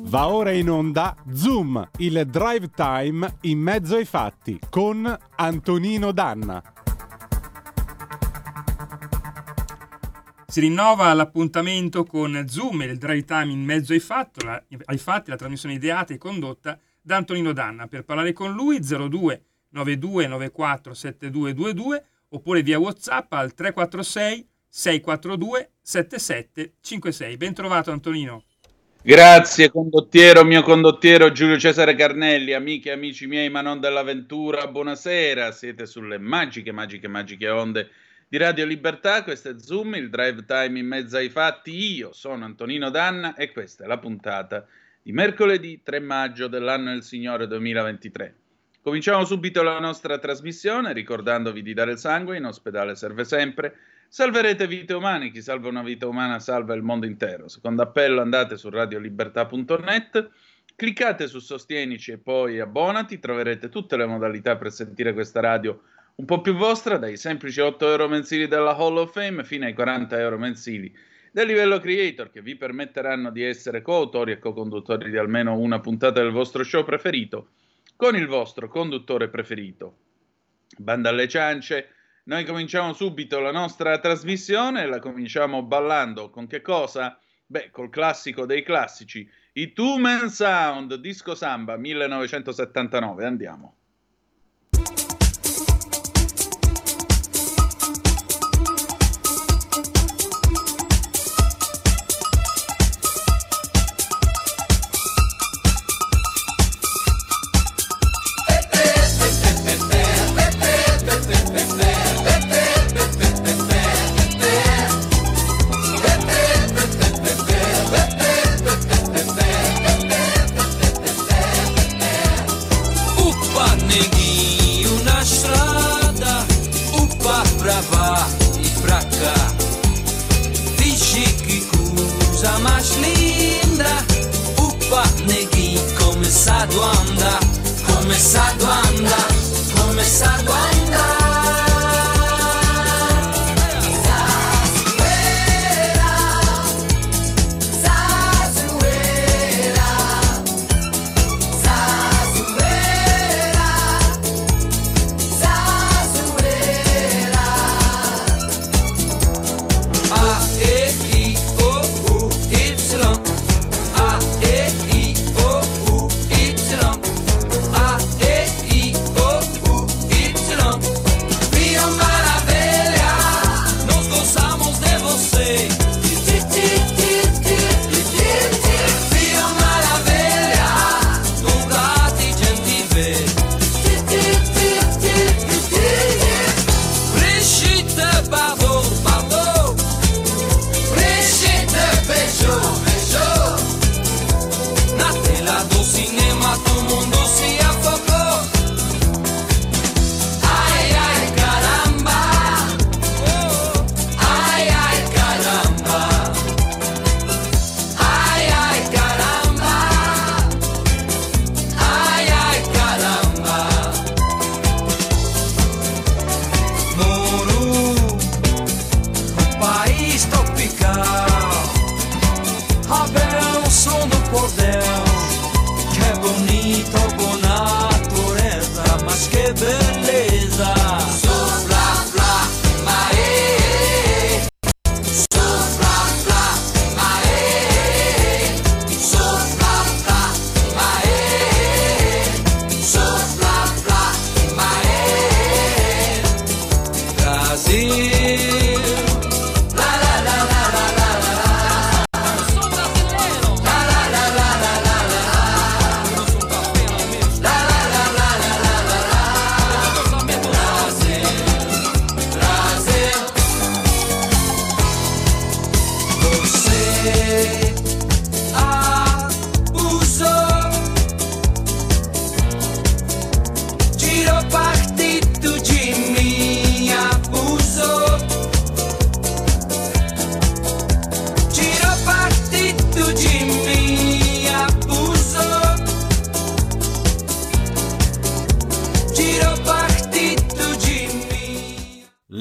Va ora in onda Zoom, il drive time in mezzo ai fatti con Antonino Danna. Si rinnova l'appuntamento con Zoom, il drive time in mezzo ai fatti, la trasmissione ideata e condotta da Antonino Danna. Per parlare con lui 02 92 94 7222 oppure via WhatsApp al 346 642 7756. Ben trovato Antonino. Grazie condottiero, mio condottiero Giulio Cesare Carnelli, amiche e amici miei ma non dell'avventura, buonasera, siete sulle magiche onde di Radio Libertà, questo è Zoom, il drive time in mezzo ai fatti, io sono Antonino Danna e questa è la puntata di mercoledì 3 maggio dell'anno del Signore 2023. Cominciamo subito la nostra trasmissione ricordandovi di dare il sangue, in ospedale serve sempre. Salverete vite umane, chi salva una vita umana salva il mondo intero. Secondo appello, andate su radiolibertà.net, cliccate su Sostienici e poi abbonati, troverete tutte le modalità per sentire questa radio un po' più vostra, dai semplici 8 euro mensili della Hall of Fame fino ai 40 euro mensili del livello creator, che vi permetteranno di essere coautori e co-conduttori di almeno una puntata del vostro show preferito con il vostro conduttore preferito. Banda alle ciance. Noi cominciamo subito la nostra trasmissione, la cominciamo ballando con che cosa? Beh, col classico dei classici, i Two Man Sound, Disco Samba 1979, andiamo.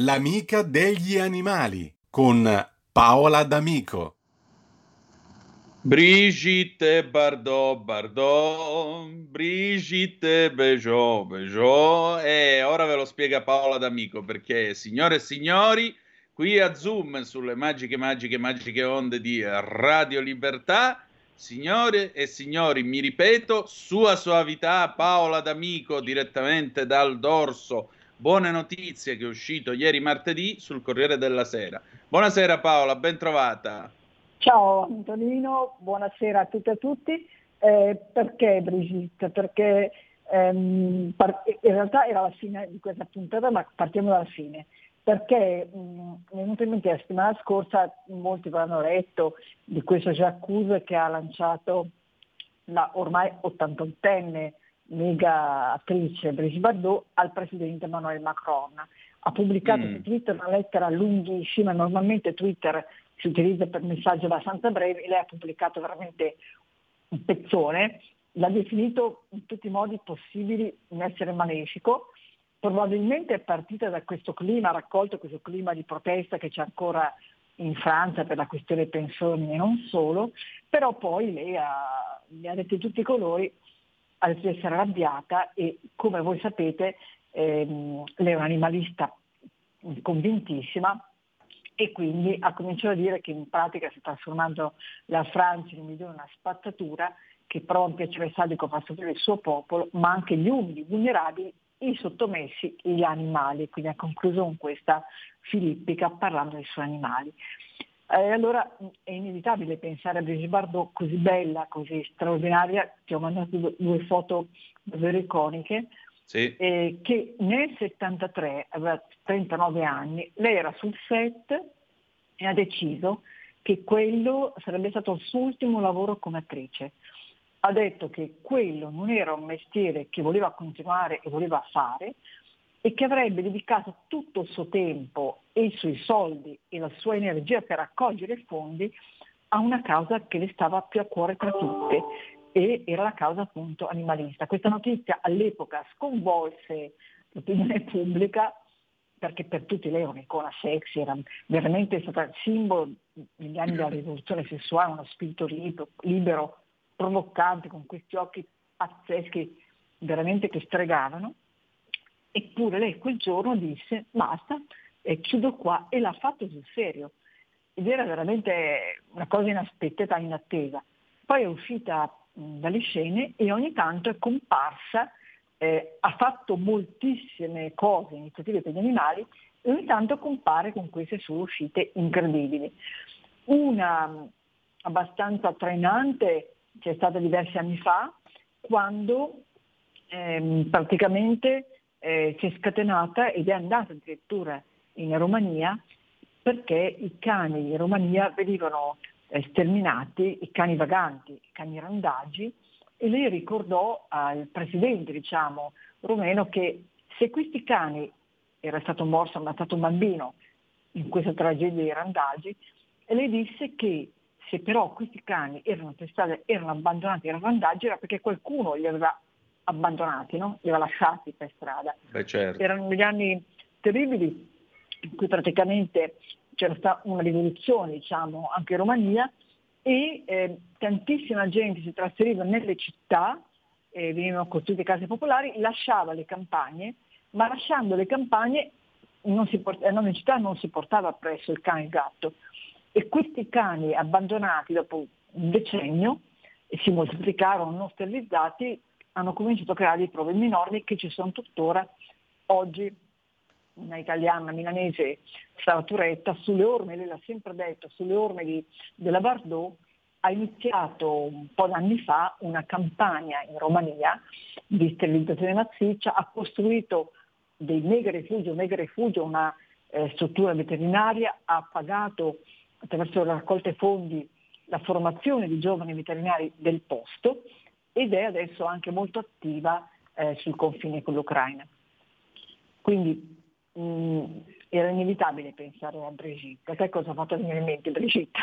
L'amica degli animali con Paola D'Amico. Brigitte Bardot, Bardot, Brigitte Bejot, Bejot. E ora ve lo spiega Paola D'Amico, perché, signore e signori, qui a Zoom, sulle magiche, magiche, magiche onde di Radio Libertà, signore e signori, mi ripeto, sua soavità Paola D'Amico, direttamente dal dorso. Buone notizie che è uscito ieri martedì sul Corriere della Sera. Buonasera Paola, ben trovata. Ciao Antonino, buonasera a tutte e a tutti. Perché Brigitte? Perché in realtà era la fine di questa puntata, ma partiamo dalla fine. Perché mi è venuto in mente la settimana scorsa, molti avranno letto di questo J'accuse che ha lanciato la ormai 88enne mega attrice Brigitte Bardot al presidente Emmanuel Macron. Ha pubblicato su Twitter una lettera lunghissima, normalmente Twitter si utilizza per messaggi abbastanza brevi, lei ha pubblicato veramente un pezzone, l'ha definito in tutti i modi possibili un essere malefico, probabilmente è partita da questo clima, ha raccolto questo clima di protesta che c'è ancora in Francia per la questione pensioni e non solo, però poi lei ne ha detti tutti i colori, ha detto di essere arrabbiata e come voi sapete lei è un'animalista convintissima e quindi ha cominciato a dire che in pratica sta trasformando la Francia in una spazzatura che prova un piacere sadico fa soffrire il suo popolo, ma anche gli umili, vulnerabili, i sottomessi, gli animali. Quindi ha concluso con questa filippica parlando dei suoi animali. Allora è inevitabile pensare a Brigitte Bardot così bella, così straordinaria. Ti ho mandato due foto davvero iconiche. Sì. Che nel 73, aveva 39 anni, lei era sul set e ha deciso che quello sarebbe stato il suo ultimo lavoro come attrice. Ha detto che quello non era un mestiere che voleva continuare e voleva fare e che avrebbe dedicato tutto il suo tempo e i suoi soldi e la sua energia per raccogliere fondi a una causa che le stava più a cuore tra tutte, e era la causa appunto animalista. Questa notizia all'epoca sconvolse l'opinione pubblica perché per tutti lei era un'icona sexy, era veramente stata simbolo negli anni della rivoluzione sessuale, uno spirito libero, provocante, con questi occhi pazzeschi veramente che stregavano. Eppure lei quel giorno disse basta, chiudo qua, e l'ha fatto sul serio ed era veramente una cosa inaspettata, inattesa. Poi è uscita dalle scene e ogni tanto è comparsa, ha fatto moltissime cose, iniziative per gli animali, e ogni tanto compare con queste sue uscite incredibili. Una abbastanza trainante c'è stata diversi anni fa, quando praticamente si è scatenata ed è andata addirittura in Romania, perché i cani in Romania venivano sterminati, i cani vaganti, i cani randagi, e lei ricordò al presidente, rumeno, che se questi cani, era stato morso, ammazzato un bambino in questa tragedia dei randagi, e lei disse che se però questi cani erano per strada, erano abbandonati ai randagi, era perché qualcuno li aveva abbandonati, no? Li aveva lasciati per strada. Beh, certo. Erano degli anni terribili in cui praticamente c'era stata una rivoluzione, anche in Romania, e tantissima gente si trasferiva nelle città, venivano costruite case popolari, lasciava le campagne, ma lasciando le campagne in città non si portava appresso il cane e il gatto. E questi cani abbandonati dopo un decennio si moltiplicarono, non sterilizzati, hanno cominciato a creare dei problemi enormi che ci sono tuttora oggi. Una italiana, una milanese, Sara Turetta, sulle orme, lei l'ha sempre detto, sulle orme della Bardot, ha iniziato un po' d'anni fa una campagna in Romania di sterilizzazione massiccia, ha costruito dei mega rifugio, una struttura veterinaria, ha pagato attraverso la raccolta fondi la formazione di giovani veterinari del posto ed è adesso anche molto attiva sul confine con l'Ucraina. Quindi era inevitabile pensare a Brigitte. A te cosa ha fatto venire in mente Brigitte?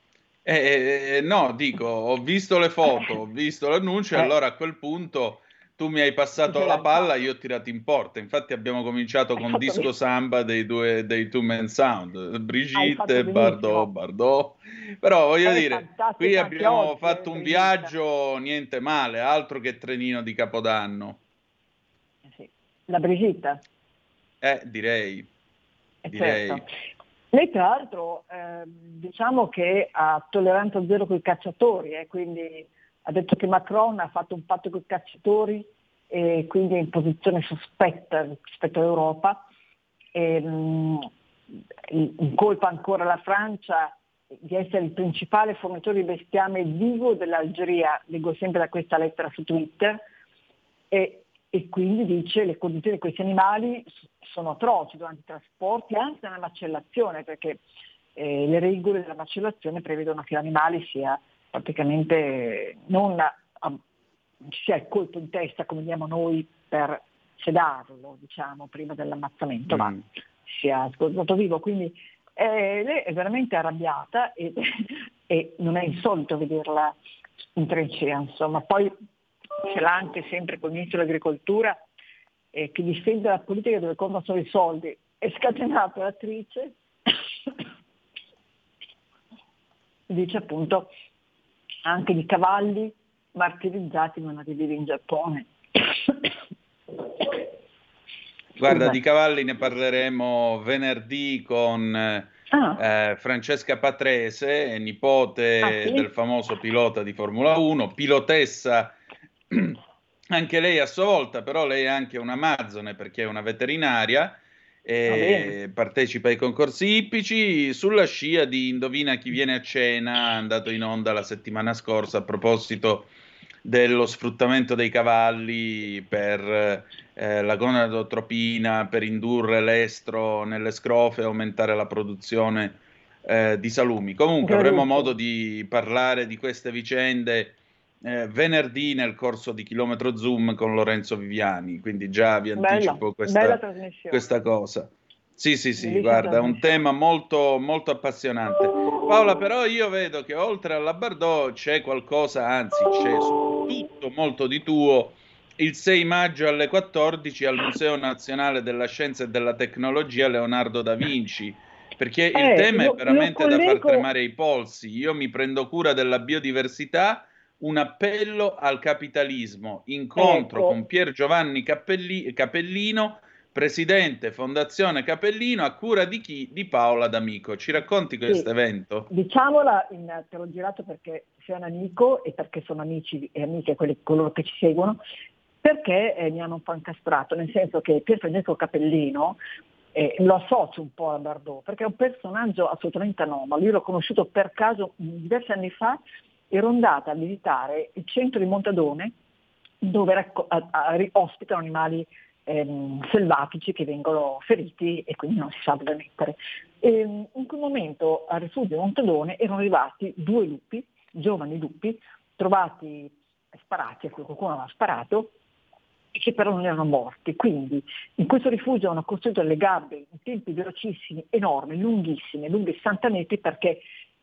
No, dico, ho visto le foto, ho visto l'annuncio e allora a quel punto tu mi hai passato la palla, io ho tirato in porta. Infatti abbiamo cominciato con Disco Samba dei Two Men Sound, Brigitte, Bardot. Però voglio dire, qui abbiamo fatto un viaggio niente male, altro che trenino di Capodanno. Sì. La Brigitte? Direi. Certo. Lei tra l'altro diciamo che ha tolleranza zero con i cacciatori, quindi ha detto che Macron ha fatto un patto con i cacciatori e quindi è in posizione sospetta rispetto all'Europa. Incolpa ancora la Francia di essere il principale fornitore di bestiame vivo dell'Algeria, leggo sempre da questa lettera su Twitter, e quindi dice le condizioni di questi animali sono atroci durante i trasporti, anche nella macellazione, perché le regole della macellazione prevedono che l'animale sia praticamente non ci sia il colpo in testa come diciamo noi per sedarlo, diciamo, prima dell'ammazzamento, ma sia sgozzato vivo. Quindi lei è veramente arrabbiata e non è insolito vederla in trincea, insomma. Poi ce l'ha anche sempre col ministro dell'agricoltura che difende la politica dove contano solo i soldi. È scatenata l'attrice, dice appunto anche di cavalli martirizzati non arrivi in Giappone. Guarda, di cavalli ne parleremo venerdì con Francesca Patrese, nipote del famoso pilota di Formula 1, pilotessa anche lei a sua volta, però lei è anche un'amazzone perché è una veterinaria e partecipa ai concorsi ippici sulla scia di Indovina chi viene a cena, andato in onda la settimana scorsa a proposito dello sfruttamento dei cavalli per la gonadotropina, per indurre l'estro nelle scrofe e aumentare la produzione di salumi. Comunque avremo modo di parlare di queste vicende venerdì nel corso di Chilometro Zoom con Lorenzo Viviani, quindi già vi anticipo questa cosa. Sì, guarda, è un tema molto, molto appassionante. Paola, però io vedo che oltre alla Bardot c'è qualcosa, anzi c'è soprattutto molto di tuo il 6 maggio alle 14 al Museo Nazionale della Scienza e della Tecnologia Leonardo da Vinci, perché il tema è veramente da far tremare i polsi. Io mi prendo cura della biodiversità, un appello al capitalismo, incontro con Pier Giovanni Capellino, presidente Fondazione Capellino, a cura di chi? Di Paola D'Amico. Ci racconti questo evento? Diciamola, te l'ho girato perché sei un amico e perché sono amici e amiche coloro che ci seguono, perché mi hanno un po' incastrato, nel senso che Pier Francesco Capellino lo associo un po' a Bardot, perché è un personaggio assolutamente anomalo. Io l'ho conosciuto per caso diversi anni fa, ero andata a visitare il centro di Montadone, dove ospitano animali selvatici che vengono feriti e quindi non si sa dove mettere. In quel momento al rifugio di Montadone erano arrivati 2 lupi, giovani lupi, trovati sparati, a cui qualcuno aveva sparato, e che però non erano morti. Quindi in questo rifugio hanno costruito delle gabbie in tempi velocissimi, enormi, lunghissime, lunghe 60 metri, perché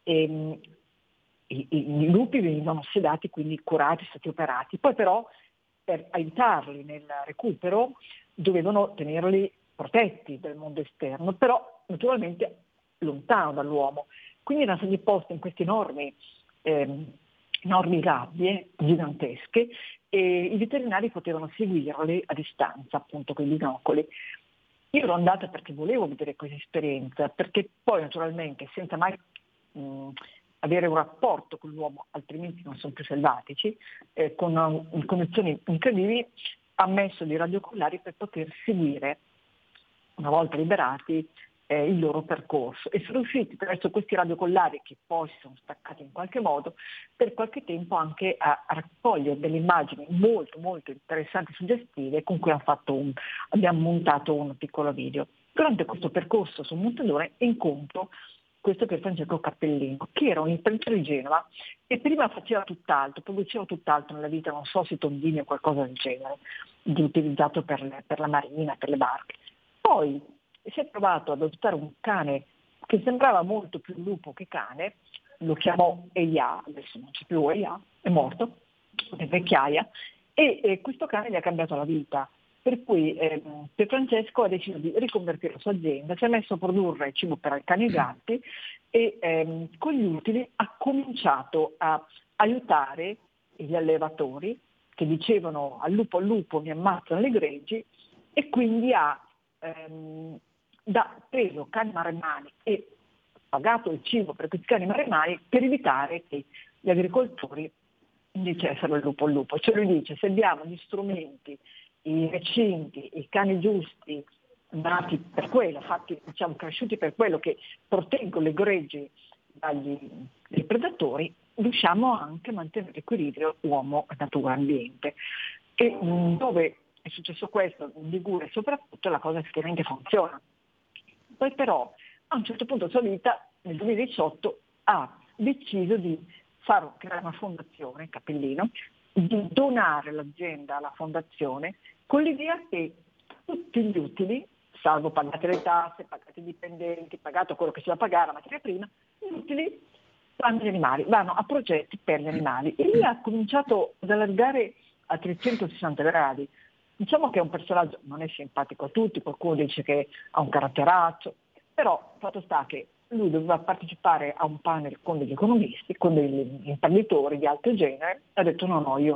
i lupi venivano sedati, quindi curati, stati operati. Poi però per aiutarli nel recupero dovevano tenerli protetti dal mondo esterno, però naturalmente lontano dall'uomo. Quindi erano stati posti in queste enormi gabbie gigantesche e i veterinari potevano seguirli a distanza, appunto con i binocoli. Io ero andata perché volevo vedere questa esperienza, perché poi naturalmente senza mai avere un rapporto con l'uomo, altrimenti non sono più selvatici, con condizioni incredibili, ha messo dei radiocollari per poter seguire, una volta liberati, il loro percorso, e sono riusciti attraverso questi radiocollari, che poi si sono staccati in qualche modo, per qualche tempo anche a raccogliere delle immagini molto molto interessanti e suggestive con cui abbiamo montato un piccolo video. Durante questo percorso sul Montadone incontro questo Pier Francesco Cappellino, che era un imprenditore di Genova e prima faceva tutt'altro, produceva tutt'altro nella vita, non so se tondini o qualcosa del genere, di utilizzato per la marina, per le barche. Poi si è trovato ad adottare un cane che sembrava molto più lupo che cane, lo chiamò Eia, adesso non c'è più Eia, è morto, è vecchiaia, e questo cane gli ha cambiato la vita. Per cui Pier Francesco ha deciso di riconvertire la sua azienda, si è messo a produrre cibo per cani e gatti e con gli utili ha cominciato a aiutare gli allevatori che dicevano al lupo mi ammazzano le greggi, e quindi ha preso cani maremmani e pagato il cibo per questi cani maremmani per evitare che gli agricoltori dicessero il lupo. Cioè lui dice: se abbiamo gli strumenti, i recinti, i cani giusti, nati per quello, fatti, diciamo, cresciuti per quello, che proteggono le greggi dai predatori, riusciamo anche a mantenere l'equilibrio uomo-natura-ambiente. E dove è successo questo, in Liguria soprattutto, la cosa effettivamente funziona. Poi però a un certo punto della sua vita, nel 2018, ha deciso di creare una fondazione, Capellino, di donare l'azienda alla fondazione con l'idea che tutti gli utili, salvo pagate le tasse, pagate i dipendenti, pagato quello che si va a pagare, la materia prima, gli utili vanno agli animali, vanno a progetti per gli animali. E lui ha cominciato ad allargare a 360 gradi. Diciamo che è un personaggio, non è simpatico a tutti, qualcuno dice che ha un caratteraccio, però il fatto sta che lui doveva partecipare a un panel con degli economisti, con degli imprenditori di alto genere, e ha detto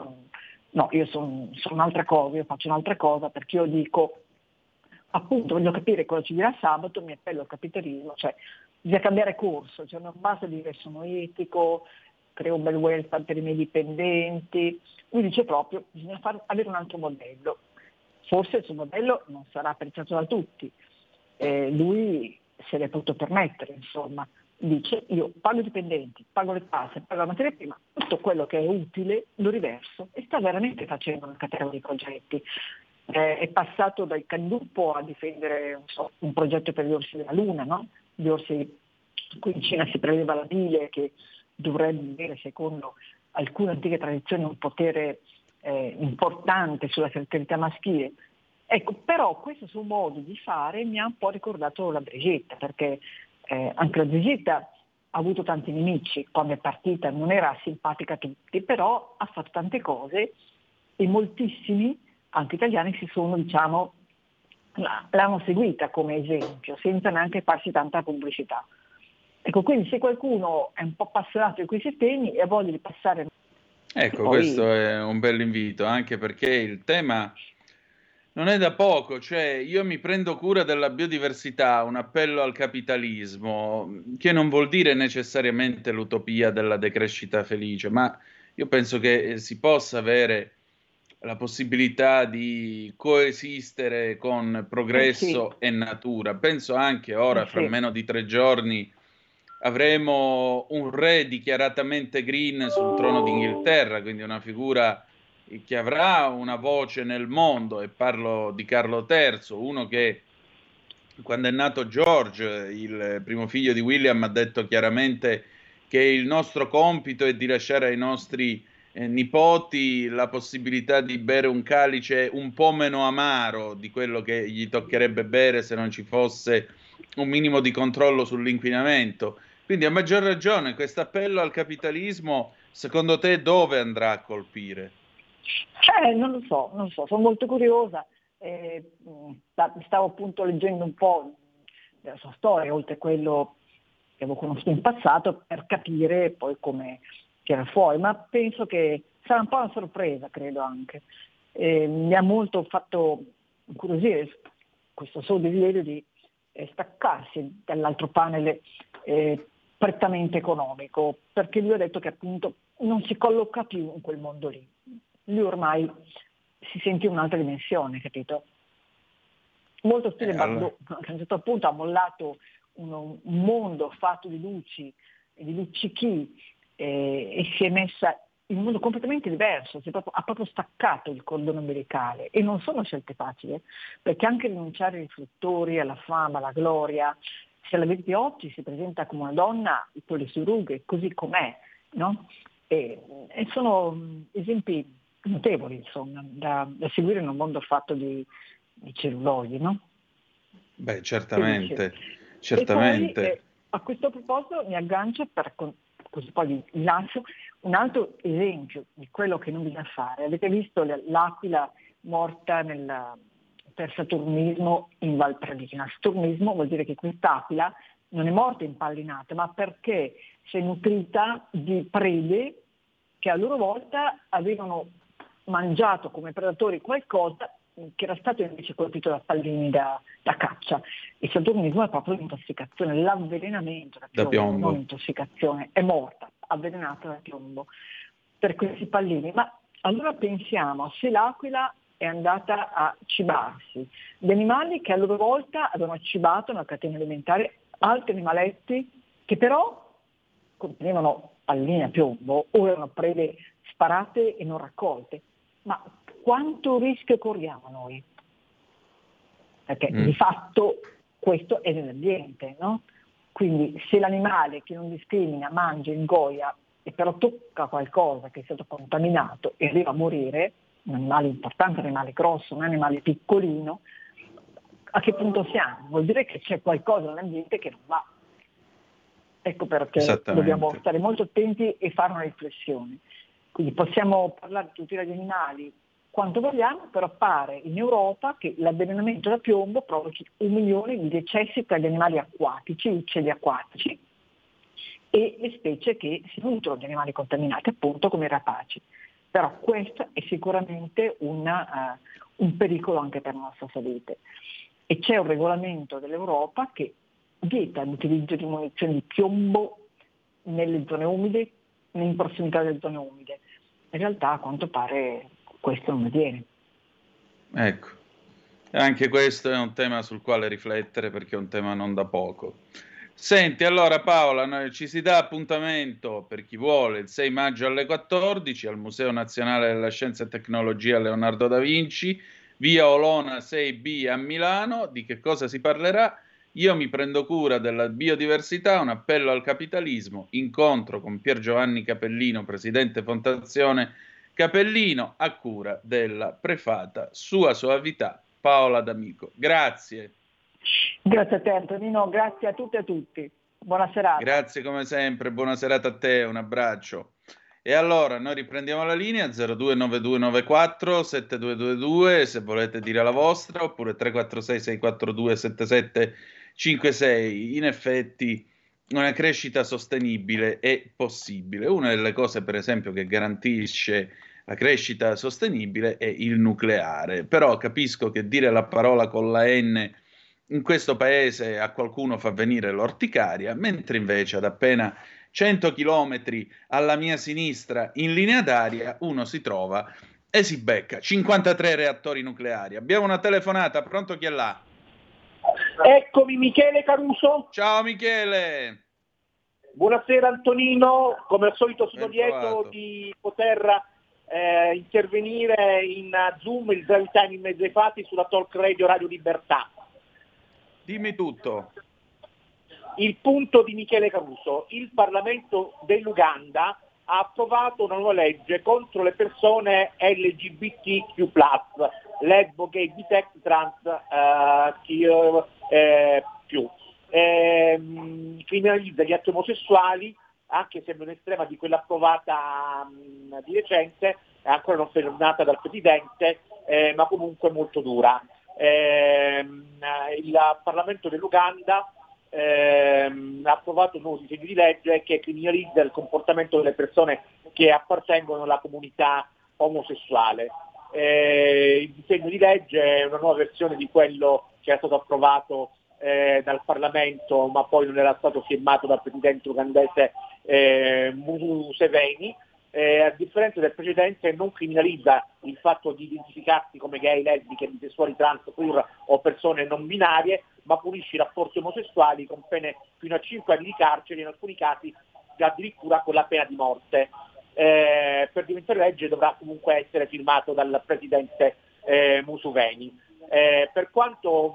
io sono un'altra cosa, io faccio un'altra cosa, perché io dico, appunto, voglio capire cosa ci dirà sabato, mi appello al capitalismo, cioè bisogna cambiare corso, cioè non basta dire sono etico, creo un bel welfare per i miei dipendenti. Lui dice proprio bisogna avere un altro modello. Forse il suo modello non sarà apprezzato da tutti, lui se l'è potuto permettere, insomma, dice io pago i dipendenti, pago le tasse, pago la materia prima, tutto quello che è utile lo riverso, e sta veramente facendo una catena di progetti. È passato dal Candupo a difendere un progetto per gli orsi della Luna, no? Gli orsi, qui in Cina si preleva la bile, che dovrebbe avere, secondo alcune antiche tradizioni, un potere importante sulla fertilità maschile. Ecco, però questo suo modo di fare mi ha un po' ricordato la Brigitte, perché anche la Brigitte ha avuto tanti nemici quando è partita, non era simpatica a tutti, però ha fatto tante cose e moltissimi, anche italiani, l'hanno seguita come esempio, senza neanche farsi tanta pubblicità. Ecco, quindi se qualcuno è un po' appassionato di questi temi e ha voglia di passare... Ecco, questo è un bel invito, anche perché il tema non è da poco, cioè io mi prendo cura della biodiversità, un appello al capitalismo, che non vuol dire necessariamente l'utopia della decrescita felice, ma io penso che si possa avere la possibilità di coesistere con progresso e natura. Penso anche ora, fra meno di 3 giorni, avremo un re dichiaratamente green sul trono d'Inghilterra, quindi una figura che avrà una voce nel mondo, e parlo di Carlo III, uno che quando è nato George, il primo figlio di William, ha detto chiaramente che il nostro compito è di lasciare ai nostri nipoti la possibilità di bere un calice un po' meno amaro di quello che gli toccherebbe bere se non ci fosse un minimo di controllo sull'inquinamento. Quindi a maggior ragione questo appello al capitalismo, secondo te, dove andrà a colpire? Non lo so, sono molto curiosa. Stavo appunto leggendo un po' della sua storia, oltre a quello che avevo conosciuto in passato, per capire poi come tira fuori, ma penso che sarà un po' una sorpresa, credo anche. Mi ha molto fatto incuriosire questo suo desiderio di staccarsi dall'altro panel prettamente economico, perché lui ha detto che appunto non si colloca più in quel mondo lì. Lui ormai si sente in un'altra dimensione, capito? Molto stile Bardot, che a un certo punto ha mollato un mondo fatto di luci e di luccichi e si è messa in un mondo completamente diverso, ha proprio staccato il cordone ombelicale, e non sono scelte facili, perché anche rinunciare ai riflettori, alla fama, alla gloria, se la vedi oggi si presenta come una donna con le sue rughe, così com'è, no? E sono esempi notevoli, insomma, da seguire in un mondo fatto di cellulloidi, no? Beh, certamente, E poi certamente. a questo proposito mi aggancio per così poi vi lancio un altro esempio di quello che non bisogna fare. Avete visto l'aquila morta per saturnismo in Valpradina? Saturnismo vuol dire che quest'aquila non è morta impallinata, ma perché si è nutrita di prede che a loro volta avevano mangiato come predatori qualcosa che era stato invece colpito da pallini da caccia. Il saturnismo è proprio l'intossicazione, l'avvelenamento da piombo, non intossicazione, è morta, avvelenata da piombo per questi pallini. Ma allora pensiamo, se l'aquila è andata a cibarsi, gli animali che a loro volta avevano cibato nella catena alimentare altri animaletti che però contenevano pallini a piombo o erano prede sparate e non raccolte, ma quanto rischio corriamo noi? Perché di fatto questo è nell'ambiente, no? Quindi se l'animale che non discrimina mangia, ingoia e però tocca qualcosa che è stato contaminato e arriva a morire, un animale importante, un animale grosso, un animale piccolino, a che punto siamo? Vuol dire che c'è qualcosa nell'ambiente che non va. Ecco perché dobbiamo stare molto attenti e fare una riflessione. Quindi possiamo parlare di tutela degli animali quanto vogliamo, però pare in Europa che l'avvelenamento da piombo provochi 1 milione di decessi tra gli animali acquatici, gli uccelli acquatici e le specie che si nutrono di animali contaminati, appunto come i rapaci. Però questo è sicuramente un pericolo anche per la nostra salute. E c'è un regolamento dell'Europa che vieta l'utilizzo di munizioni di piombo nelle zone umide, in prossimità delle zone umide. In realtà a quanto pare questo non avviene. Ecco, anche questo è un tema sul quale riflettere perché è un tema non da poco. Senti, allora Paola, ci si dà appuntamento per chi vuole il 6 maggio alle 14 al Museo Nazionale della Scienza e Tecnologia Leonardo da Vinci, via Olona 6B a Milano. Di che cosa si parlerà? Io mi prendo cura della biodiversità, un appello al capitalismo, incontro con Pier Giovanni Capellino, presidente Fondazione Capellino, a cura della prefata Sua Soavità Paola D'Amico. Grazie. Grazie a te Antonino, grazie a tutte e a tutti. Buona serata. Grazie come sempre, buona serata a te, un abbraccio. E allora noi riprendiamo la linea 029294 7222 se volete dire la vostra, oppure 346 642 7756. In effetti una crescita sostenibile è possibile. Una delle cose, per esempio, che garantisce la crescita sostenibile è il nucleare. Però capisco che dire la parola con la N in questo paese a qualcuno fa venire l'orticaria, mentre invece ad appena 100 chilometri alla mia sinistra in linea d'aria uno si trova e si becca 53 reattori nucleari. Abbiamo una telefonata, pronto, chi è là? Eccomi, Michele Caruso. Ciao Michele. Buonasera Antonino, come al solito sono lieto di poter intervenire in Zoom, il drive time in mezzo ai fatti sulla Talk Radio Libertà. Dimmi tutto. Il punto di Michele Caruso: il Parlamento dell'Uganda ha approvato una nuova legge contro le persone LGBTQ+, lesbo, gay, bisex, trans, criminalizza gli atti omosessuali, anche se non estrema di quella approvata di recente, ancora non firmata dal Presidente, ma comunque molto dura. Il Parlamento dell'Uganda ha approvato un nuovo disegno di legge che criminalizza il comportamento delle persone che appartengono alla comunità omosessuale. Il disegno di legge è una nuova versione di quello che era stato approvato dal Parlamento, ma poi non era stato firmato dal presidente ugandese Museveni. A differenza del precedente non criminalizza il fatto di identificarsi come gay, lesbiche, bisessuali, trans, queer o persone non binarie, ma punisce i rapporti omosessuali con pene fino a 5 anni di carcere, in alcuni casi addirittura con la pena di morte. Per diventare legge dovrà comunque essere firmato dal presidente Museveni. Per quanto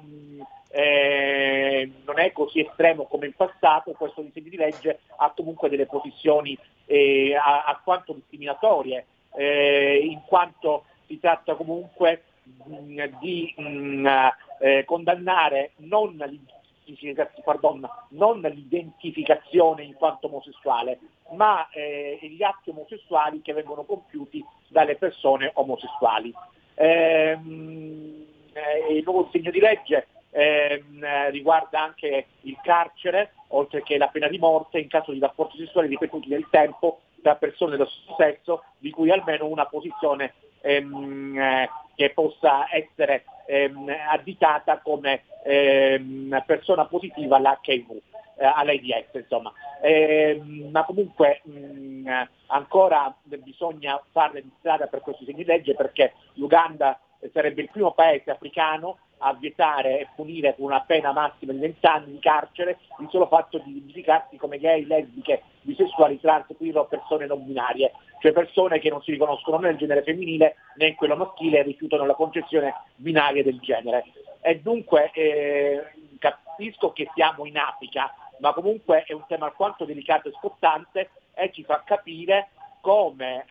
non è così estremo come in passato, questo disegno di legge ha comunque delle posizioni alquanto discriminatorie, in quanto si tratta comunque di condannare non l'identificazione in quanto omosessuale, ma gli atti omosessuali che vengono compiuti dalle persone omosessuali. Il nuovo disegno di legge riguarda anche il carcere, oltre che la pena di morte in caso di rapporti sessuali ripetuti nel tempo tra persone dello stesso sesso, di cui almeno una posizione che possa essere additata come persona positiva all'HIV, all'AIDS, insomma. Ma comunque ancora bisogna fare di strada per questo disegno di legge, perché l'Uganda sarebbe il primo paese africano a vietare e punire con una pena massima di 20 anni di carcere il solo fatto di identificarsi come gay, lesbiche, bisessuali, trans, queer o persone non binarie, cioè persone che non si riconoscono né nel genere femminile né in quello maschile e rifiutano la concezione binaria del genere. E dunque capisco che siamo in Africa, ma comunque è un tema alquanto delicato e scottante, e ci fa capire come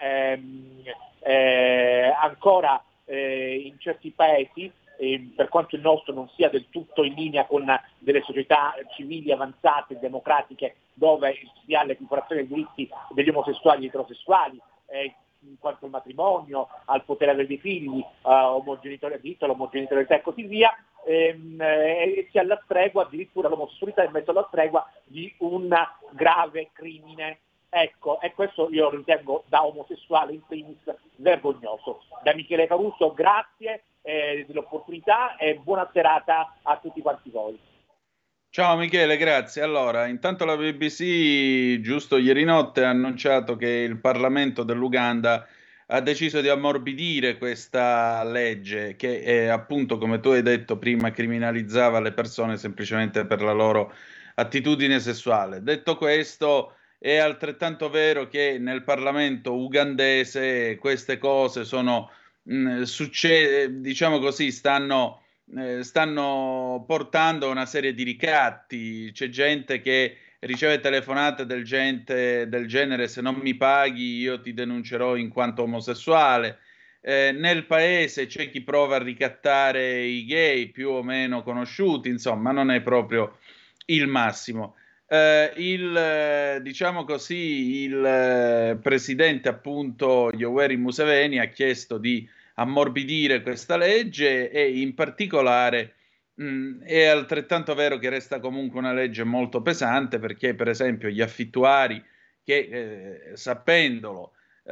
ancora in certi paesi, per quanto il nostro non sia del tutto in linea con delle società civili avanzate, democratiche, dove si ha l'equiparazione dei diritti degli omosessuali e eterosessuali, in quanto al matrimonio, al potere avere dei figli, diritto all'omogenitorialità e così via, e sia alla stregua, addirittura l'omosessualità è messa alla stregua di un grave crimine. Ecco, e questo io lo ritengo, da omosessuale in primis, vergognoso. Da Michele Caruso grazie dell'opportunità e buona serata a tutti quanti voi. Ciao Michele, grazie. Allora, intanto la BBC giusto ieri notte ha annunciato che il Parlamento dell'Uganda ha deciso di ammorbidire questa legge che appunto, come tu hai detto prima, criminalizzava le persone semplicemente per la loro attitudine sessuale. Detto questo, è altrettanto vero che nel Parlamento ugandese queste cose sono, diciamo così, stanno portando una serie di ricatti. C'è gente che riceve telefonate del genere: se non mi paghi io ti denuncerò in quanto omosessuale. Nel paese c'è chi prova a ricattare i gay più o meno conosciuti, insomma non è proprio il massimo. Diciamo così, il presidente appunto Yoweri Museveni ha chiesto di ammorbidire questa legge, e in particolare è altrettanto vero che resta comunque una legge molto pesante, perché per esempio gli affittuari che sapendolo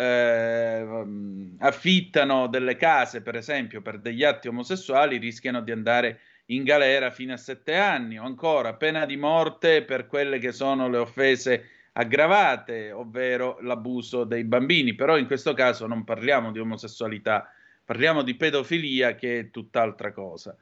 affittano delle case per esempio per degli atti omosessuali rischiano di andare in galera fino a 7 anni, o ancora pena di morte per quelle che sono le offese aggravate, ovvero l'abuso dei bambini. Però in questo caso non parliamo di omosessualità, parliamo di pedofilia, che è tutt'altra cosa.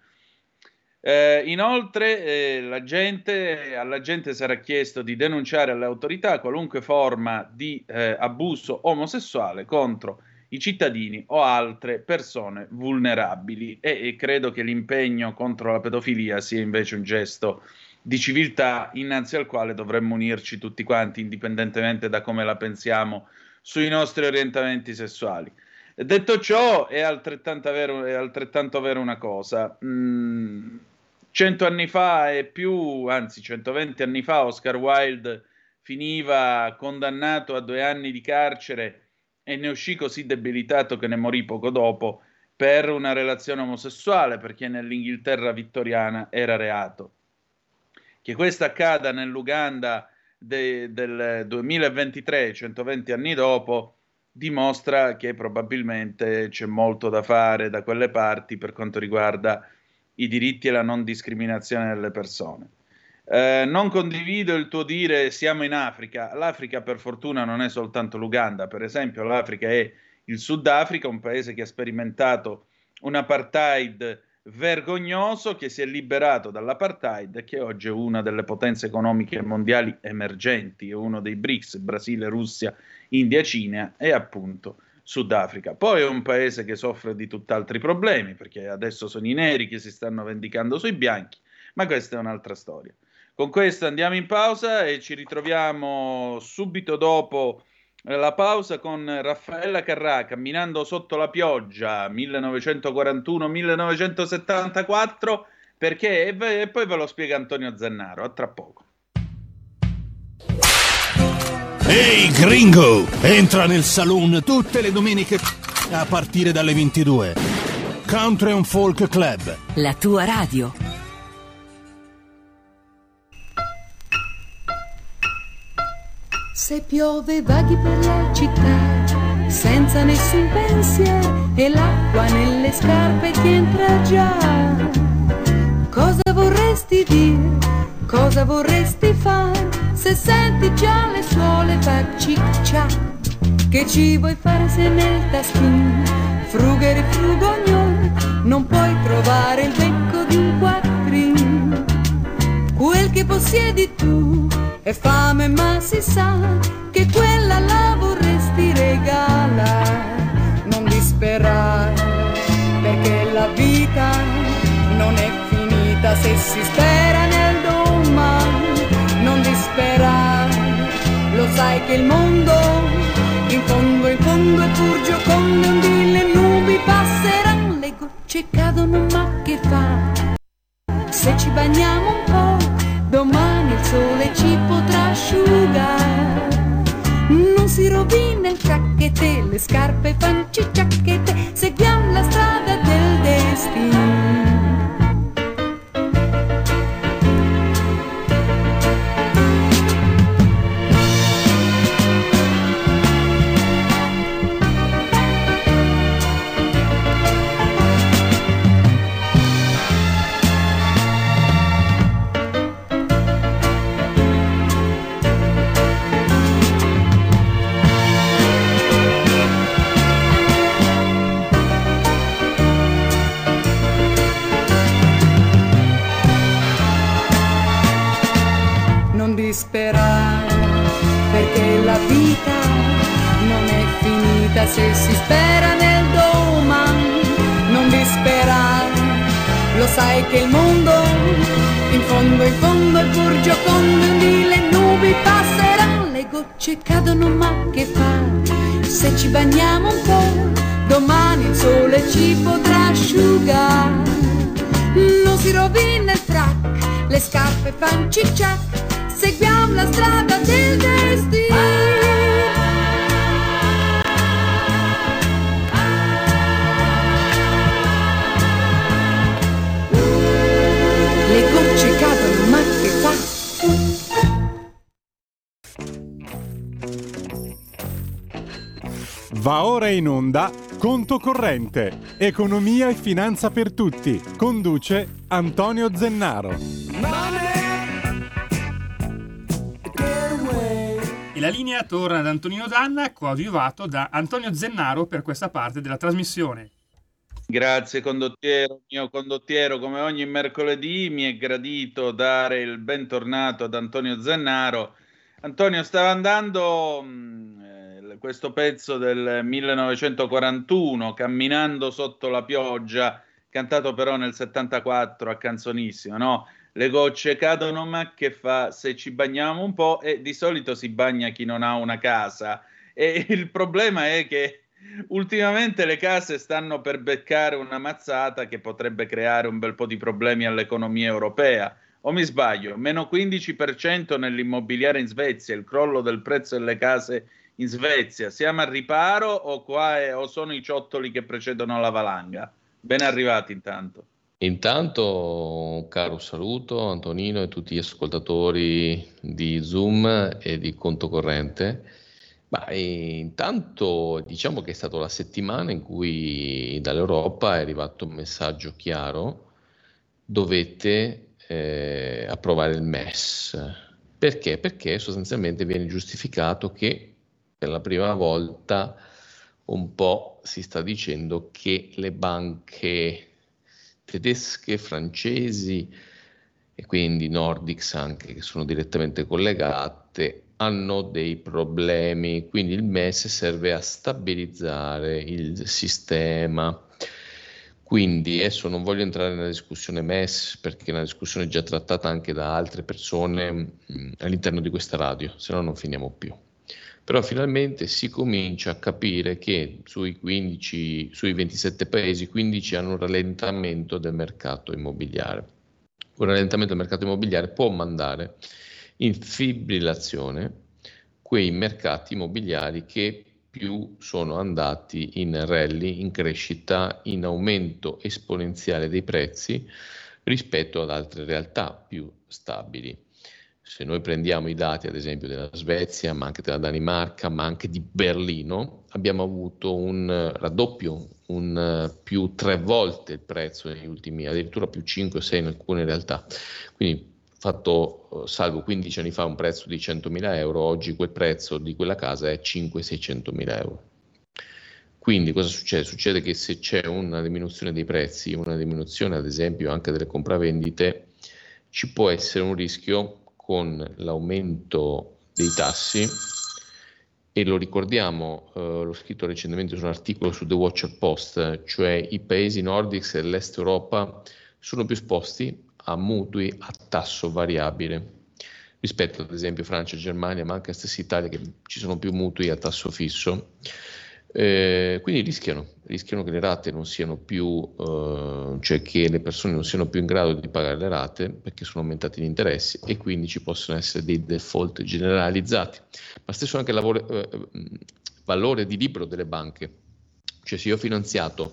Inoltre alla gente sarà chiesto di denunciare alle autorità qualunque forma di abuso omosessuale contro i cittadini o altre persone vulnerabili, e credo che l'impegno contro la pedofilia sia invece un gesto di civiltà innanzi al quale dovremmo unirci tutti quanti, indipendentemente da come la pensiamo sui nostri orientamenti sessuali. Detto ciò, è altrettanto vero una cosa. 100 anni fa e più, anzi 120 anni fa, Oscar Wilde finiva condannato a 2 anni di carcere e ne uscì così debilitato che ne morì poco dopo per una relazione omosessuale, perché nell'Inghilterra vittoriana era reato. Che questo accada nell'Uganda del 2023, 120 anni dopo, dimostra che probabilmente c'è molto da fare da quelle parti per quanto riguarda i diritti e la non discriminazione delle persone. Non condivido il tuo dire siamo in Africa. L'Africa per fortuna non è soltanto l'Uganda, per esempio l'Africa è il Sudafrica, un paese che ha sperimentato un apartheid vergognoso, che si è liberato dall'apartheid e che oggi è una delle potenze economiche mondiali emergenti, è uno dei BRICS, Brasile, Russia, India, Cina e appunto Sudafrica. Poi è un paese che soffre di tutt'altri problemi, perché adesso sono i neri che si stanno vendicando sui bianchi, ma questa è un'altra storia. Con questo andiamo in pausa e ci ritroviamo subito dopo la pausa con Raffaella Carrà, Camminando sotto la pioggia 1941-1974, perché e poi ve lo spiega Antonio Zannaro. A tra poco. Ehi gringo, entra nel saloon tutte le domeniche a partire dalle 22. Country and Folk Club, la tua radio. Se piove vaghi per la città senza nessun pensiero e l'acqua nelle scarpe ti entra già. Cosa vorresti dire? Cosa vorresti fare? Se senti già le suole fa cic-ciac. Che ci vuoi fare se nel taschino frughe e frugognoni non puoi trovare il becco di un quattrino? Quel che possiedi tu è fame, ma si sa che quella la vorresti regalare. Non disperare, perché la vita non è finita se si spera nel domani. Non disperare, lo sai che il mondo in fondo è pur giocondo, le nubi passeranno, le gocce cadono, ma che fa? Se ci bagniamo un po', domani il sole ci potrà asciugare. Non si rovina il cracchete, le scarpe fan cicciacchete, seguiamo la strada del destino. Disperare, perché la vita non è finita se si spera nel domani. Non disperare, lo sai che il mondo in fondo è pur giocondo, le nubi passeranno, le gocce cadono, ma che fa? Se ci bagniamo un po', domani il sole ci potrà asciugare. Non si rovina il frac, le scarpe fan cic-ciac, seguiamo la strada del destino. Le gocce cadono, ma che fa? Va ora in onda Conto Corrente, economia e finanza per tutti. Conduce Antonio Zennaro. E la linea torna ad Antonino Danna, coadiuvato da Antonio Zennaro per questa parte della trasmissione. Grazie condottiero, mio condottiero, come ogni mercoledì mi è gradito dare il bentornato ad Antonio Zennaro. Antonio, stava andando questo pezzo del 1941, Camminando sotto la pioggia, cantato però nel 74 a Canzonissima, no? Le gocce cadono, ma che fa? Se ci bagniamo un po', e di solito si bagna chi non ha una casa. E il problema è che ultimamente le case stanno per beccare una mazzata che potrebbe creare un bel po' di problemi all'economia europea. O mi sbaglio? Meno 15% nell'immobiliare in Svezia, il crollo del prezzo delle case in Svezia. Siamo al riparo o sono i ciottoli che precedono la valanga? Ben arrivati intanto. Intanto un caro saluto Antonino e tutti gli ascoltatori di Zoom e di Conto Corrente. Intanto diciamo che è stata la settimana in cui dall'Europa è arrivato un messaggio chiaro: dovete approvare il MES. Perché? Perché sostanzialmente viene giustificato che per la prima volta un po' si sta dicendo che le banche tedesche, francesi e quindi Nordics anche, che sono direttamente collegate, hanno dei problemi, quindi il MES serve a stabilizzare il sistema. Quindi adesso non voglio entrare nella discussione MES, perché è una discussione già trattata anche da altre persone all'interno di questa radio, se no non finiamo più. Però finalmente si comincia a capire che sui 27 paesi, 15 hanno un rallentamento del mercato immobiliare. Un rallentamento del mercato immobiliare può mandare in fibrillazione quei mercati immobiliari che più sono andati in rally, in crescita, in aumento esponenziale dei prezzi rispetto ad altre realtà più stabili. Se noi prendiamo i dati, ad esempio, della Svezia, ma anche della Danimarca, ma anche di Berlino, abbiamo avuto un raddoppio, un più 3 volte il prezzo negli ultimi, addirittura più 5 o 6 in alcune realtà. Quindi, fatto salvo 15 anni fa un prezzo di 100.000 euro, oggi quel prezzo di quella casa è 500-600.000 euro. Quindi cosa succede? Succede che se c'è una diminuzione dei prezzi, una diminuzione ad esempio anche delle compravendite, ci può essere un rischio con l'aumento dei tassi, e lo ricordiamo, l'ho scritto recentemente su un articolo su The Watcher Post, cioè i paesi nordics e l'est Europa sono più esposti a mutui a tasso variabile rispetto ad esempio Francia, Germania, ma anche stessa Italia, che ci sono più mutui a tasso fisso. Quindi rischiano che le rate non siano più, cioè che le persone non siano più in grado di pagare le rate perché sono aumentati gli interessi, e quindi ci possono essere dei default generalizzati. Ma stesso anche il valore di libro delle banche, cioè se io ho finanziato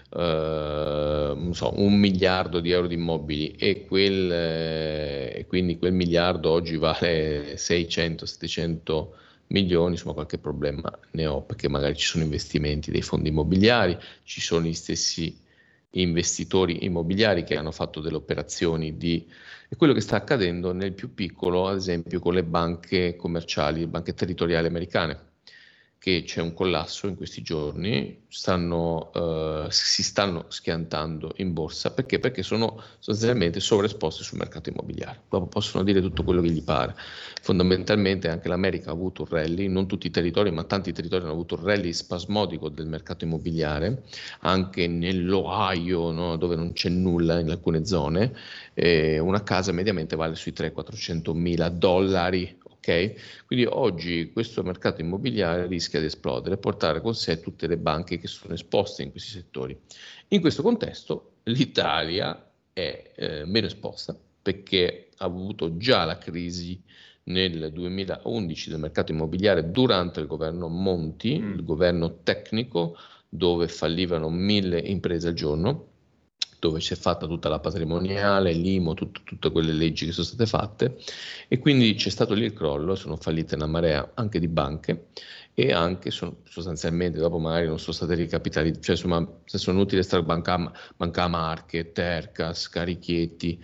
non so, 1 miliardo di euro di immobili e quindi quel miliardo oggi vale 600-700 milioni, insomma qualche problema ne ho, perché magari ci sono investimenti dei fondi immobiliari, ci sono gli stessi investitori immobiliari che hanno fatto delle operazioni e quello che sta accadendo nel più piccolo, ad esempio con le banche commerciali, le banche territoriali americane, che c'è un collasso in questi giorni, si stanno schiantando in borsa perché sono sostanzialmente sovraesposti sul mercato immobiliare. Dopo possono dire tutto quello che gli pare. Fondamentalmente anche l'America ha avuto un rally, non tutti i territori, ma tanti territori hanno avuto un rally spasmodico del mercato immobiliare, anche nell'Ohio, no, dove non c'è nulla in alcune zone, una casa mediamente vale sui $300.000-400.000. Quindi oggi questo mercato immobiliare rischia di esplodere e portare con sé tutte le banche che sono esposte in questi settori. In questo contesto l'Italia è meno esposta perché ha avuto già la crisi nel 2011 del mercato immobiliare durante il governo Monti, il governo tecnico, dove fallivano 1.000 imprese al giorno, dove si è fatta tutta la patrimoniale, l'IMO, tutte quelle leggi che sono state fatte, e quindi c'è stato lì il crollo, sono fallite una marea anche di banche, e anche sostanzialmente dopo magari non sono state ricapitalizzate, cioè insomma se sono utili Banca Marche, Tercas, Carichietti,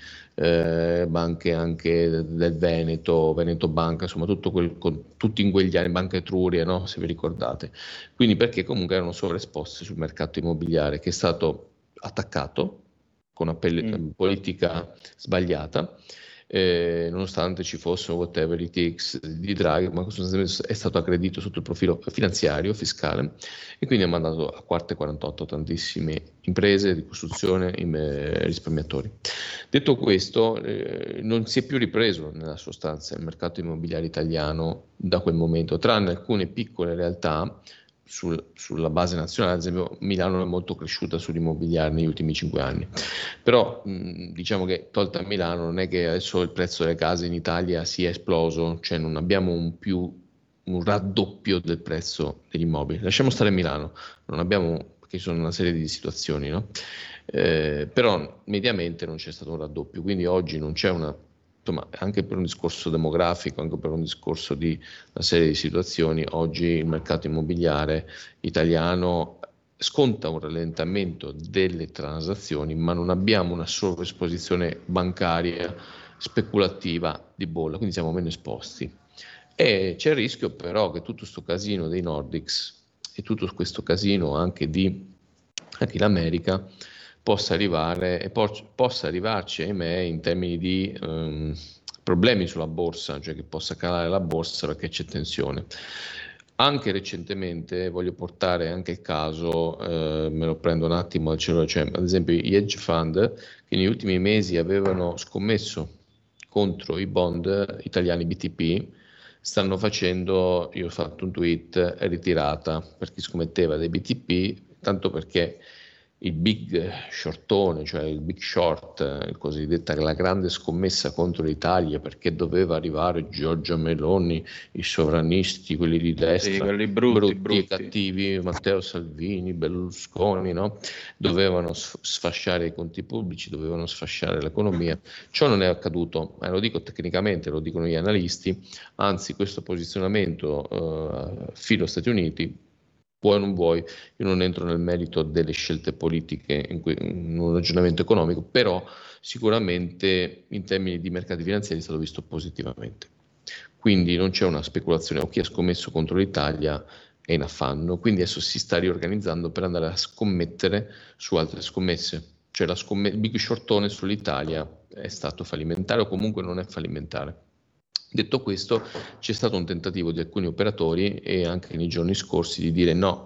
banche anche del Veneto Banca, insomma tutti in quegli anni, Banca Etruria, no? Se vi ricordate. Quindi perché comunque erano sovraesposti sul mercato immobiliare, che è stato attaccato con una politica sbagliata, nonostante ci fossero whatever it takes di Draghi, ma è stato aggredito sotto il profilo finanziario, fiscale, e quindi ha mandato a quarte 48 tantissime imprese di costruzione, risparmiatori. Detto questo, non si è più ripreso nella sostanza il mercato immobiliare italiano da quel momento, tranne alcune piccole realtà sulla base nazionale. Ad esempio Milano è molto cresciuta sull'immobiliare negli ultimi 5 anni, però diciamo che tolta Milano non è che adesso il prezzo delle case in Italia sia esploso, cioè non abbiamo un raddoppio del prezzo degli immobili. Lasciamo stare Milano, non abbiamo, perché ci sono una serie di situazioni, no? Però mediamente non c'è stato un raddoppio, quindi oggi non c'è insomma, anche per un discorso demografico, anche per un discorso di una serie di situazioni, oggi il mercato immobiliare italiano sconta un rallentamento delle transazioni, ma non abbiamo una sovraesposizione bancaria speculativa di bolla, quindi siamo meno esposti. E c'è il rischio però che tutto questo casino dei Nordics e tutto questo casino anche l'America possa arrivarci, ahimè, in termini di problemi sulla borsa, cioè che possa calare la borsa perché c'è tensione. Anche recentemente voglio portare anche il caso, me lo prendo un attimo al cellulare, cioè ad esempio gli hedge fund che negli ultimi mesi avevano scommesso contro i bond italiani BTP, stanno facendo, io ho fatto un tweet, ritirata per chi scommetteva dei BTP, tanto perché il big shortone, cioè il big short, cosiddetta la grande scommessa contro l'Italia, perché doveva arrivare Giorgia Meloni, i sovranisti, quelli di destra, quelli brutti e cattivi, Matteo Salvini, Berlusconi, no? Dovevano sfasciare i conti pubblici, dovevano sfasciare l'economia. Ciò non è accaduto, lo dico tecnicamente, lo dicono gli analisti, anzi questo posizionamento filo Stati Uniti, vuoi o non vuoi, io non entro nel merito delle scelte politiche in un ragionamento economico, però sicuramente in termini di mercati finanziari è stato visto positivamente. Quindi non c'è una speculazione, o chi ha scommesso contro l'Italia è in affanno, quindi adesso si sta riorganizzando per andare a scommettere su altre scommesse, cioè il big shortone sull'Italia è stato fallimentare o comunque non è fallimentare. Detto questo, c'è stato un tentativo di alcuni operatori e anche nei giorni scorsi di dire no,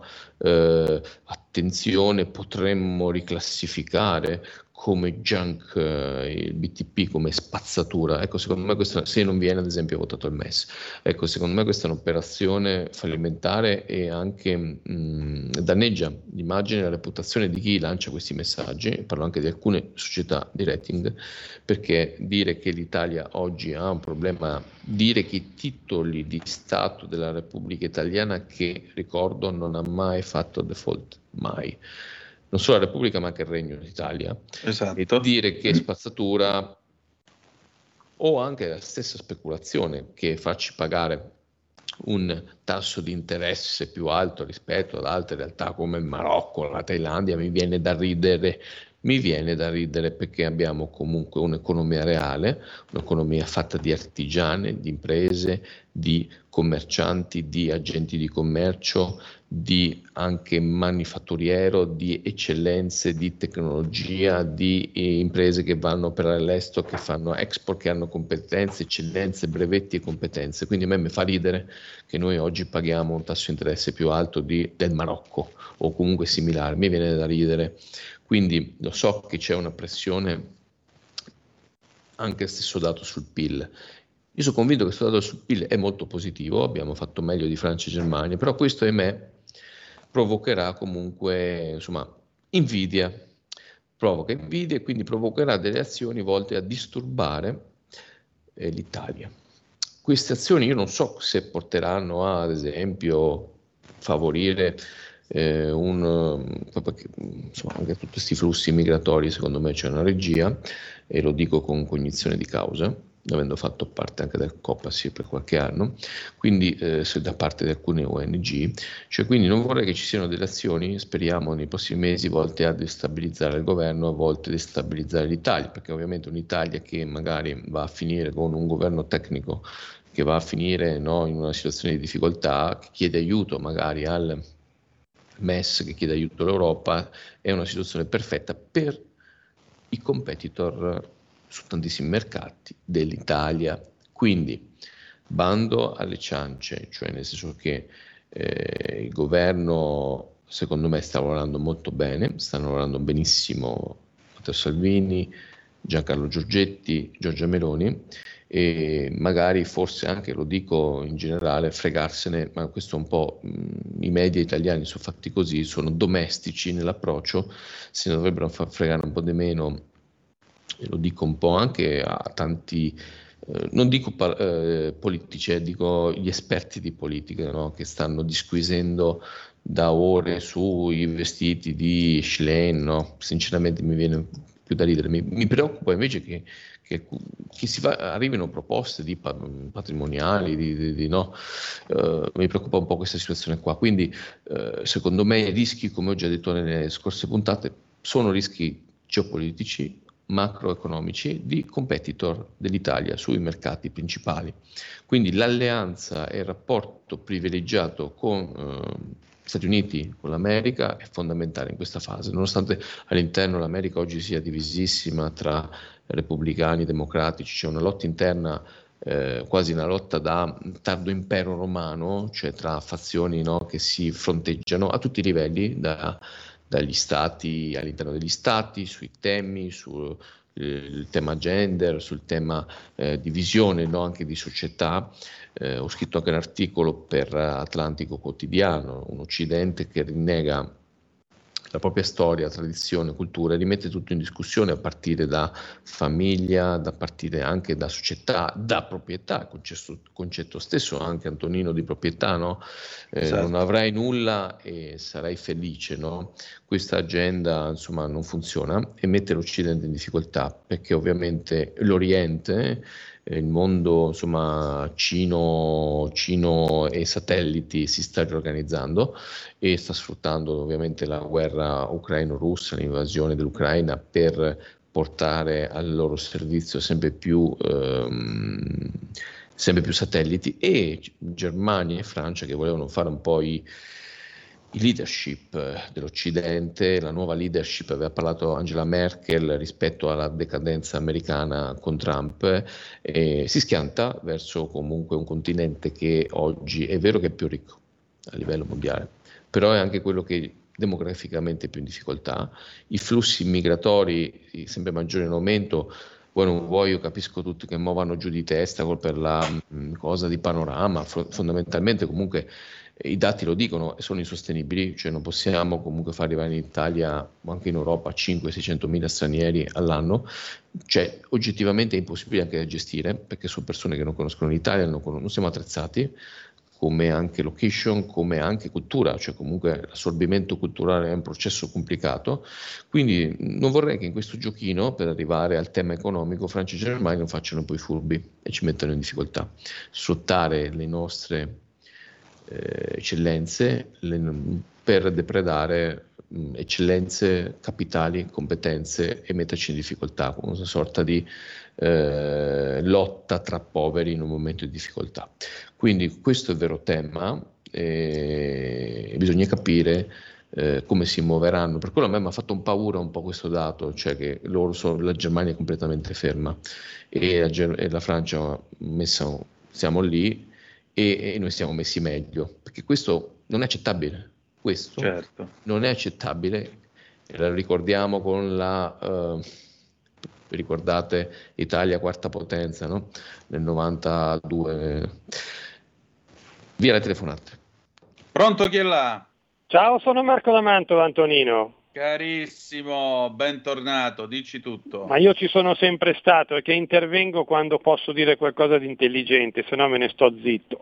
attenzione, potremmo riclassificare come junk il BTP, come spazzatura. Ecco, secondo me questa, se non viene ad esempio votato il MES, ecco, secondo me questa è un'operazione fallimentare e anche danneggia l'immagine e la reputazione di chi lancia questi messaggi. Parlo anche di alcune società di rating, perché dire che l'Italia oggi ha un problema, dire che i titoli di Stato della Repubblica Italiana, che ricordo non ha mai fatto default, mai, non solo la Repubblica ma anche il Regno d'Italia, esatto. E dire che spazzatura o anche la stessa speculazione che farci pagare un tasso di interesse più alto rispetto ad altre realtà come il Marocco, la Thailandia, mi viene da ridere perché abbiamo comunque un'economia reale, un'economia fatta di artigiani, di imprese, di commercianti, di agenti di commercio, di anche manifatturiero, di eccellenze, di tecnologia, di imprese che vanno per all'estero, che fanno export, che hanno competenze, eccellenze, brevetti e competenze. Quindi a me mi fa ridere che noi oggi paghiamo un tasso di interesse più alto del Marocco o comunque similare, mi viene da ridere. Quindi lo so che c'è una pressione, anche stesso dato sul PIL. Io sono convinto che questo dato sul PIL è molto positivo, abbiamo fatto meglio di Francia e Germania, però questo, ahimè, provocherà comunque, insomma, invidia. Provoca invidia e quindi provocherà delle azioni volte a disturbare l'Italia. Queste azioni io non so se porteranno a, ad esempio, favorire perché, insomma, anche tutti questi flussi migratori, secondo me c'è una regia, e lo dico con cognizione di causa, avendo fatto parte anche del Copasir per qualche anno, quindi da parte di alcune ONG, cioè quindi non vorrei che ci siano delle azioni, speriamo nei prossimi mesi, volte a destabilizzare il governo, a volte a destabilizzare l'Italia, perché ovviamente un'Italia che magari va a finire con un governo tecnico che va a finire, no, in una situazione di difficoltà, che chiede aiuto magari al MES, che chiede aiuto all'Europa, è una situazione perfetta per i competitor su tantissimi mercati dell'Italia. Quindi bando alle ciance, cioè nel senso che il governo secondo me sta lavorando molto bene, stanno lavorando benissimo Matteo Salvini, Giancarlo Giorgetti, Giorgia Meloni, e magari forse anche, lo dico in generale, fregarsene, ma questo un po' i media italiani sono fatti così, sono domestici nell'approccio, se ne dovrebbero fregare un po' di meno, e lo dico un po' anche a tanti, non dico politici, dico gli esperti di politica, no? Che stanno disquisendo da ore sui vestiti di Schlein, no? Sinceramente mi viene più da ridere, mi preoccupa invece che arrivino proposte di patrimoniali, no? Mi preoccupa un po' questa situazione qua, quindi secondo me i rischi, come ho già detto nelle scorse puntate, sono rischi geopolitici, macroeconomici, di competitor dell'Italia sui mercati principali. Quindi l'alleanza e il rapporto privilegiato con Stati Uniti, con l'America, è fondamentale in questa fase, nonostante all'interno l'America oggi sia divisissima tra repubblicani e democratici, c'è una lotta interna, quasi una lotta da tardo impero romano, cioè tra fazioni, no, che si fronteggiano a tutti i livelli, dagli stati, all'interno degli stati, sui temi, sul tema gender, sul tema di visione, no, anche di società. Ho scritto anche un articolo per Atlantico Quotidiano, un Occidente che rinnega la propria storia, tradizione, cultura, e rimette tutto in discussione a partire da famiglia, da partire anche da società, da proprietà, concetto stesso anche, Antonino, di proprietà, no? Esatto. Non avrai nulla e sarai felice, no? Questa agenda, insomma, non funziona e mette l'Occidente in difficoltà, perché ovviamente l'Oriente, il mondo, insomma, Cino e satelliti si sta riorganizzando e sta sfruttando ovviamente la guerra ucraino-russa, l'invasione dell'Ucraina, per portare al loro servizio sempre più satelliti, e Germania e Francia che volevano fare un po' i leadership dell'Occidente. La nuova leadership, aveva parlato Angela Merkel rispetto alla decadenza americana con Trump, si schianta verso comunque un continente che oggi è vero che è più ricco a livello mondiale, però è anche quello che demograficamente è più in difficoltà, i flussi migratori sempre maggiori in aumento. Vuoi non vuoi, io capisco tutti che vanno giù di testa per la cosa di Panorama, fondamentalmente comunque i dati lo dicono, sono insostenibili, cioè non possiamo comunque far arrivare in Italia o anche in Europa 500-600 mila stranieri all'anno, cioè oggettivamente è impossibile anche da gestire, perché sono persone che non conoscono l'Italia, non siamo attrezzati, come anche location, come anche cultura, cioè comunque l'assorbimento culturale è un processo complicato, quindi non vorrei che in questo giochino, per arrivare al tema economico, Francia e Germania non facciano poi furbi e ci mettano in difficoltà. Sfruttare le nostre eccellenze per depredare eccellenze, capitali, competenze e metterci in difficoltà, con una sorta di lotta tra poveri in un momento di difficoltà. Quindi questo è il vero tema, bisogna capire come si muoveranno. Per quello a me mi ha fatto paura un po' questo dato, cioè che la Germania è completamente ferma e la Francia siamo lì e noi siamo messi meglio, perché questo non è accettabile. Questo certo. non è accettabile, e la ricordiamo con la ricordate Italia quarta potenza, no? Nel 92. Via le telefonate. Pronto, chi è là? Ciao, sono Marco da Mantova, Antonino. Carissimo, bentornato, dici tutto. Ma io ci sono sempre stato e che intervengo quando posso dire qualcosa di intelligente, se no me ne sto zitto.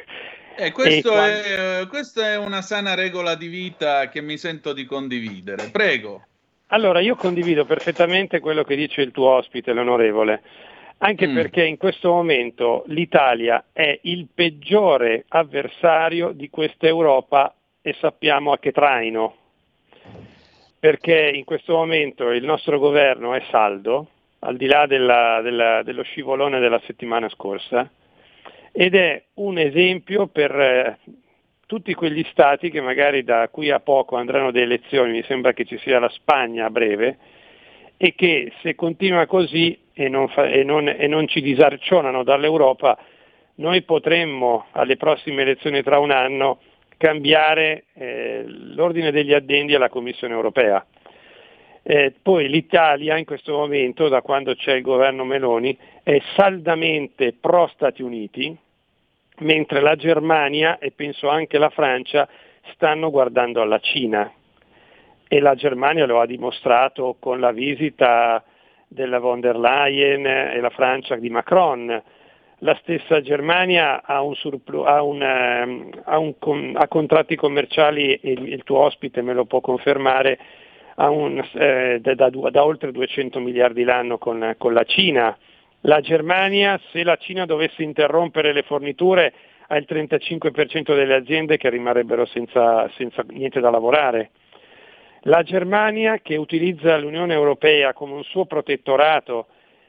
Questa è una sana regola di vita che mi sento di condividere. Prego. Allora, io condivido perfettamente quello che dice il tuo ospite, l'onorevole, anche perché in questo momento l'Italia è il peggiore avversario di questa Europa e sappiamo a che traino, perché in questo momento il nostro governo è saldo, al di là dello scivolone della settimana scorsa, ed è un esempio per tutti quegli stati che magari da qui a poco andranno alle elezioni, mi sembra che ci sia la Spagna a breve, e che se continua così e non ci disarcionano dall'Europa, noi potremmo alle prossime elezioni tra un anno cambiare l'ordine degli addendi alla Commissione europea. Poi l'Italia in questo momento, da quando c'è il governo Meloni, è saldamente pro Stati Uniti, mentre la Germania e penso anche la Francia stanno guardando alla Cina, e la Germania lo ha dimostrato con la visita della von der Leyen e la Francia di Macron. La stessa Germania ha contratti commerciali, e il tuo ospite me lo può confermare, da oltre 200 miliardi l'anno con la Cina. La Germania, se la Cina dovesse interrompere le forniture, ha il 35% delle aziende che rimarrebbero senza niente da lavorare. La Germania, che utilizza l'Unione Europea come un suo protettorato,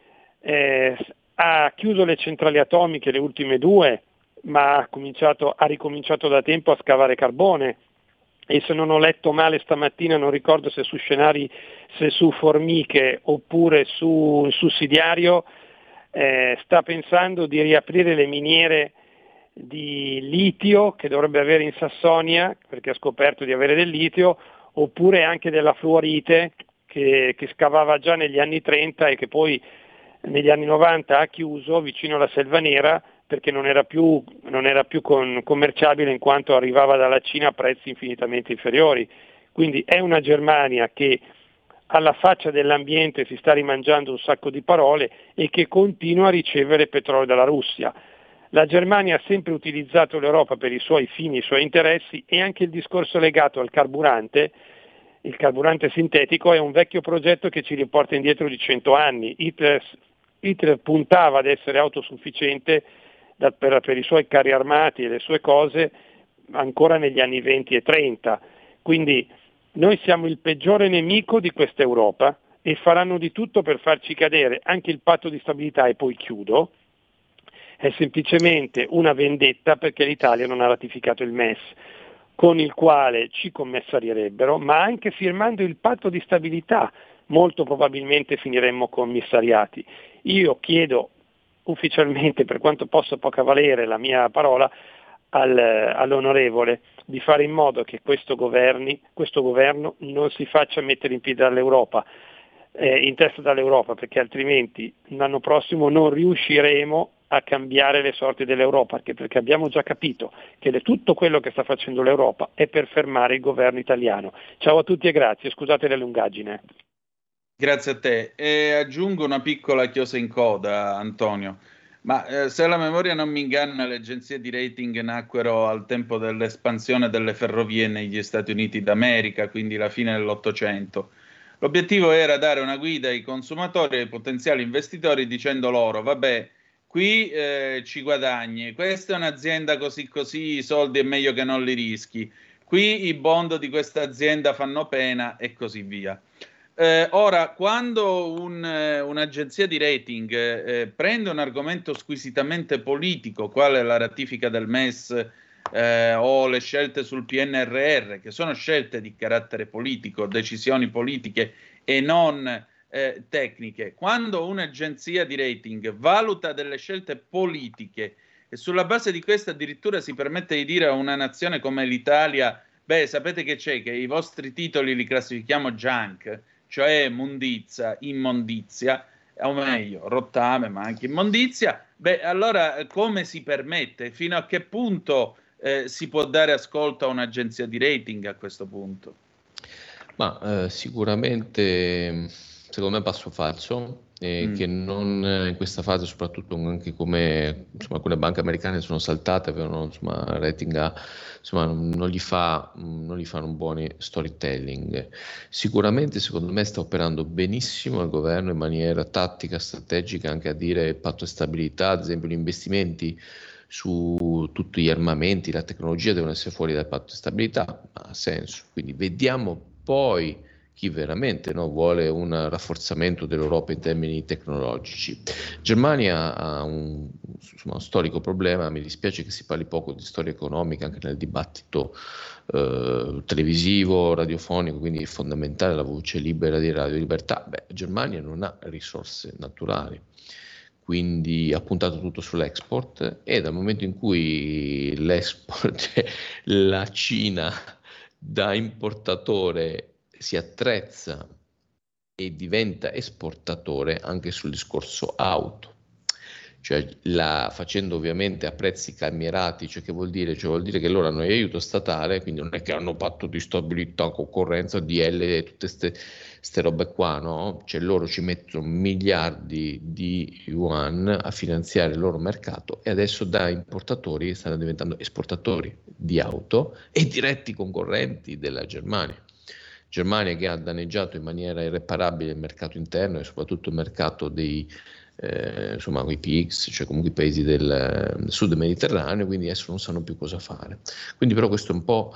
ha chiuso le centrali atomiche, le ultime 2, ma ha ricominciato da tempo a scavare carbone, e se non ho letto male stamattina, non ricordo se su Formiche oppure su sussidiario, sta pensando di riaprire le miniere di litio che dovrebbe avere in Sassonia, perché ha scoperto di avere del litio, oppure anche della fluorite che scavava già negli anni 30 e che poi negli anni 90 ha chiuso vicino alla Selva Nera, perché non era più commerciabile, in quanto arrivava dalla Cina a prezzi infinitamente inferiori. Quindi è una Germania che alla faccia dell'ambiente si sta rimangiando un sacco di parole e che continua a ricevere petrolio dalla Russia. La Germania ha sempre utilizzato l'Europa per i suoi fini, i suoi interessi, e anche il discorso legato al carburante, il carburante sintetico, è un vecchio progetto che ci riporta indietro di 100 anni. Hitler puntava ad essere autosufficiente per i suoi carri armati e le sue cose ancora negli anni 20 e 30. Quindi noi siamo il peggiore nemico di questa Europa e faranno di tutto per farci cadere anche il patto di stabilità. E poi chiudo, è semplicemente una vendetta perché l'Italia non ha ratificato il MES, con il quale ci commissarierebbero, ma anche firmando il patto di stabilità molto probabilmente finiremmo commissariati. Io chiedo ufficialmente, per quanto possa poca valere la mia parola, all'onorevole di fare in modo che questo governo non si faccia mettere in piedi dall'Europa, in testa dall'Europa, perché altrimenti l'anno prossimo non riusciremo a cambiare le sorti dell'Europa, perché abbiamo già capito che tutto quello che sta facendo l'Europa è per fermare il governo italiano. Ciao a tutti e grazie, scusate la lungaggine. Grazie a te. E aggiungo una piccola chiosa in coda, Antonio. Ma se la memoria non mi inganna, le agenzie di rating nacquero al tempo dell'espansione delle ferrovie negli Stati Uniti d'America, quindi la fine dell'Ottocento. L'obiettivo era dare una guida ai consumatori e ai potenziali investitori dicendo loro: vabbè, qui ci guadagni, questa è un'azienda così così, i soldi è meglio che non li rischi, qui i bond di questa azienda fanno pena e così via. Ora, quando un'agenzia di rating prende un argomento squisitamente politico, quale la ratifica del MES o le scelte sul PNRR, che sono scelte di carattere politico, decisioni politiche e non tecniche, quando un'agenzia di rating valuta delle scelte politiche e sulla base di queste addirittura si permette di dire a una nazione come l'Italia: beh, sapete che c'è, che i vostri titoli li classifichiamo junk, cioè immondizia, o meglio, rottame, ma anche immondizia, beh, allora come si permette? Fino a che punto si può dare ascolto a un'agenzia di rating a questo punto? Ma sicuramente, secondo me, passo falso, che non in questa fase, soprattutto anche come alcune banche americane sono saltate, avevano rating non gli fanno un buon storytelling. Sicuramente, secondo me, sta operando benissimo il governo in maniera tattica, strategica, anche a dire patto di stabilità, ad esempio gli investimenti su tutti gli armamenti, la tecnologia devono essere fuori dal patto di stabilità, ma ha senso. Quindi vediamo poi chi veramente vuole un rafforzamento dell'Europa in termini tecnologici. Germania ha un storico problema, mi dispiace che si parli poco di storia economica anche nel dibattito televisivo, radiofonico, quindi è fondamentale la voce libera di Radio Libertà. Germania non ha risorse naturali, quindi ha puntato tutto sull'export, e dal momento in cui l'export, la Cina da importatore si attrezza e diventa esportatore anche sul discorso auto, cioè facendo ovviamente a prezzi calmierati, cioè che vuol dire? Cioè vuol dire che loro hanno aiuto statale, quindi non è che hanno patto di stabilità, concorrenza, DL e tutte queste robe qua, no? Cioè loro ci mettono miliardi di yuan a finanziare il loro mercato, e adesso da importatori stanno diventando esportatori di auto e diretti concorrenti della Germania. Germania che ha danneggiato in maniera irreparabile il mercato interno e soprattutto il mercato dei quei PIGS, cioè comunque i paesi del sud mediterraneo, quindi adesso non sanno più cosa fare. Quindi però questo un po'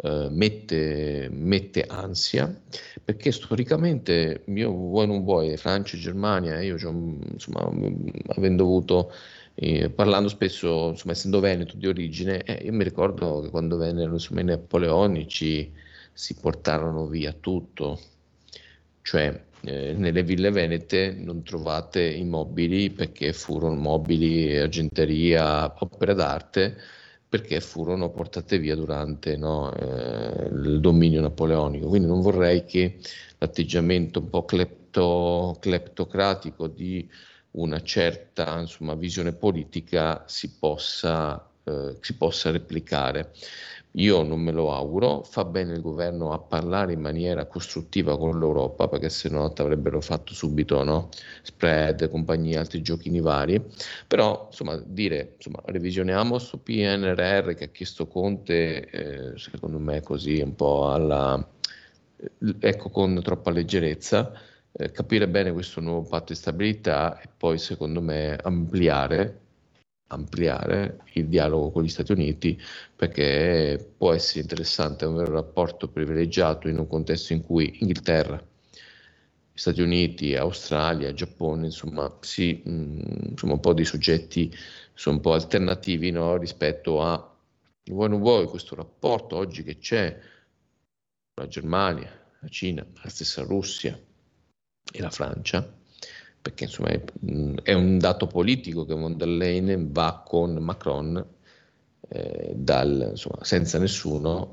mette ansia, perché storicamente, vuoi non vuoi, Francia e Germania, io avendo avuto parlando spesso, essendo veneto di origine, io mi ricordo che quando vennero i napoleonici si portarono via tutto, cioè nelle ville venete non trovate immobili perché furono mobili, argenteria, opere d'arte, perché furono portate via durante il dominio napoleonico. Quindi non vorrei che l'atteggiamento un po' cleptocratico di una certa visione politica si possa replicare. Io non me lo auguro, fa bene il governo a parlare in maniera costruttiva con l'Europa, perché se no ti avrebbero fatto subito, no? Spread, compagnie, altri giochini vari, però insomma dire, insomma, revisioniamo sto PNRR che ha chiesto Conte, secondo me così un po' ecco, con troppa leggerezza, capire bene questo nuovo patto di stabilità e poi secondo me ampliare il dialogo con gli Stati Uniti, perché può essere interessante avere un rapporto privilegiato in un contesto in cui Inghilterra, Stati Uniti, Australia, Giappone, insomma, insomma un po' di soggetti sono un po' alternativi, no, rispetto a, vuoi non vuoi, questo rapporto oggi che c'è la Germania, la Cina, la stessa Russia e la Francia, perché insomma è un dato politico che von der Leyen va con Macron insomma, senza nessuno,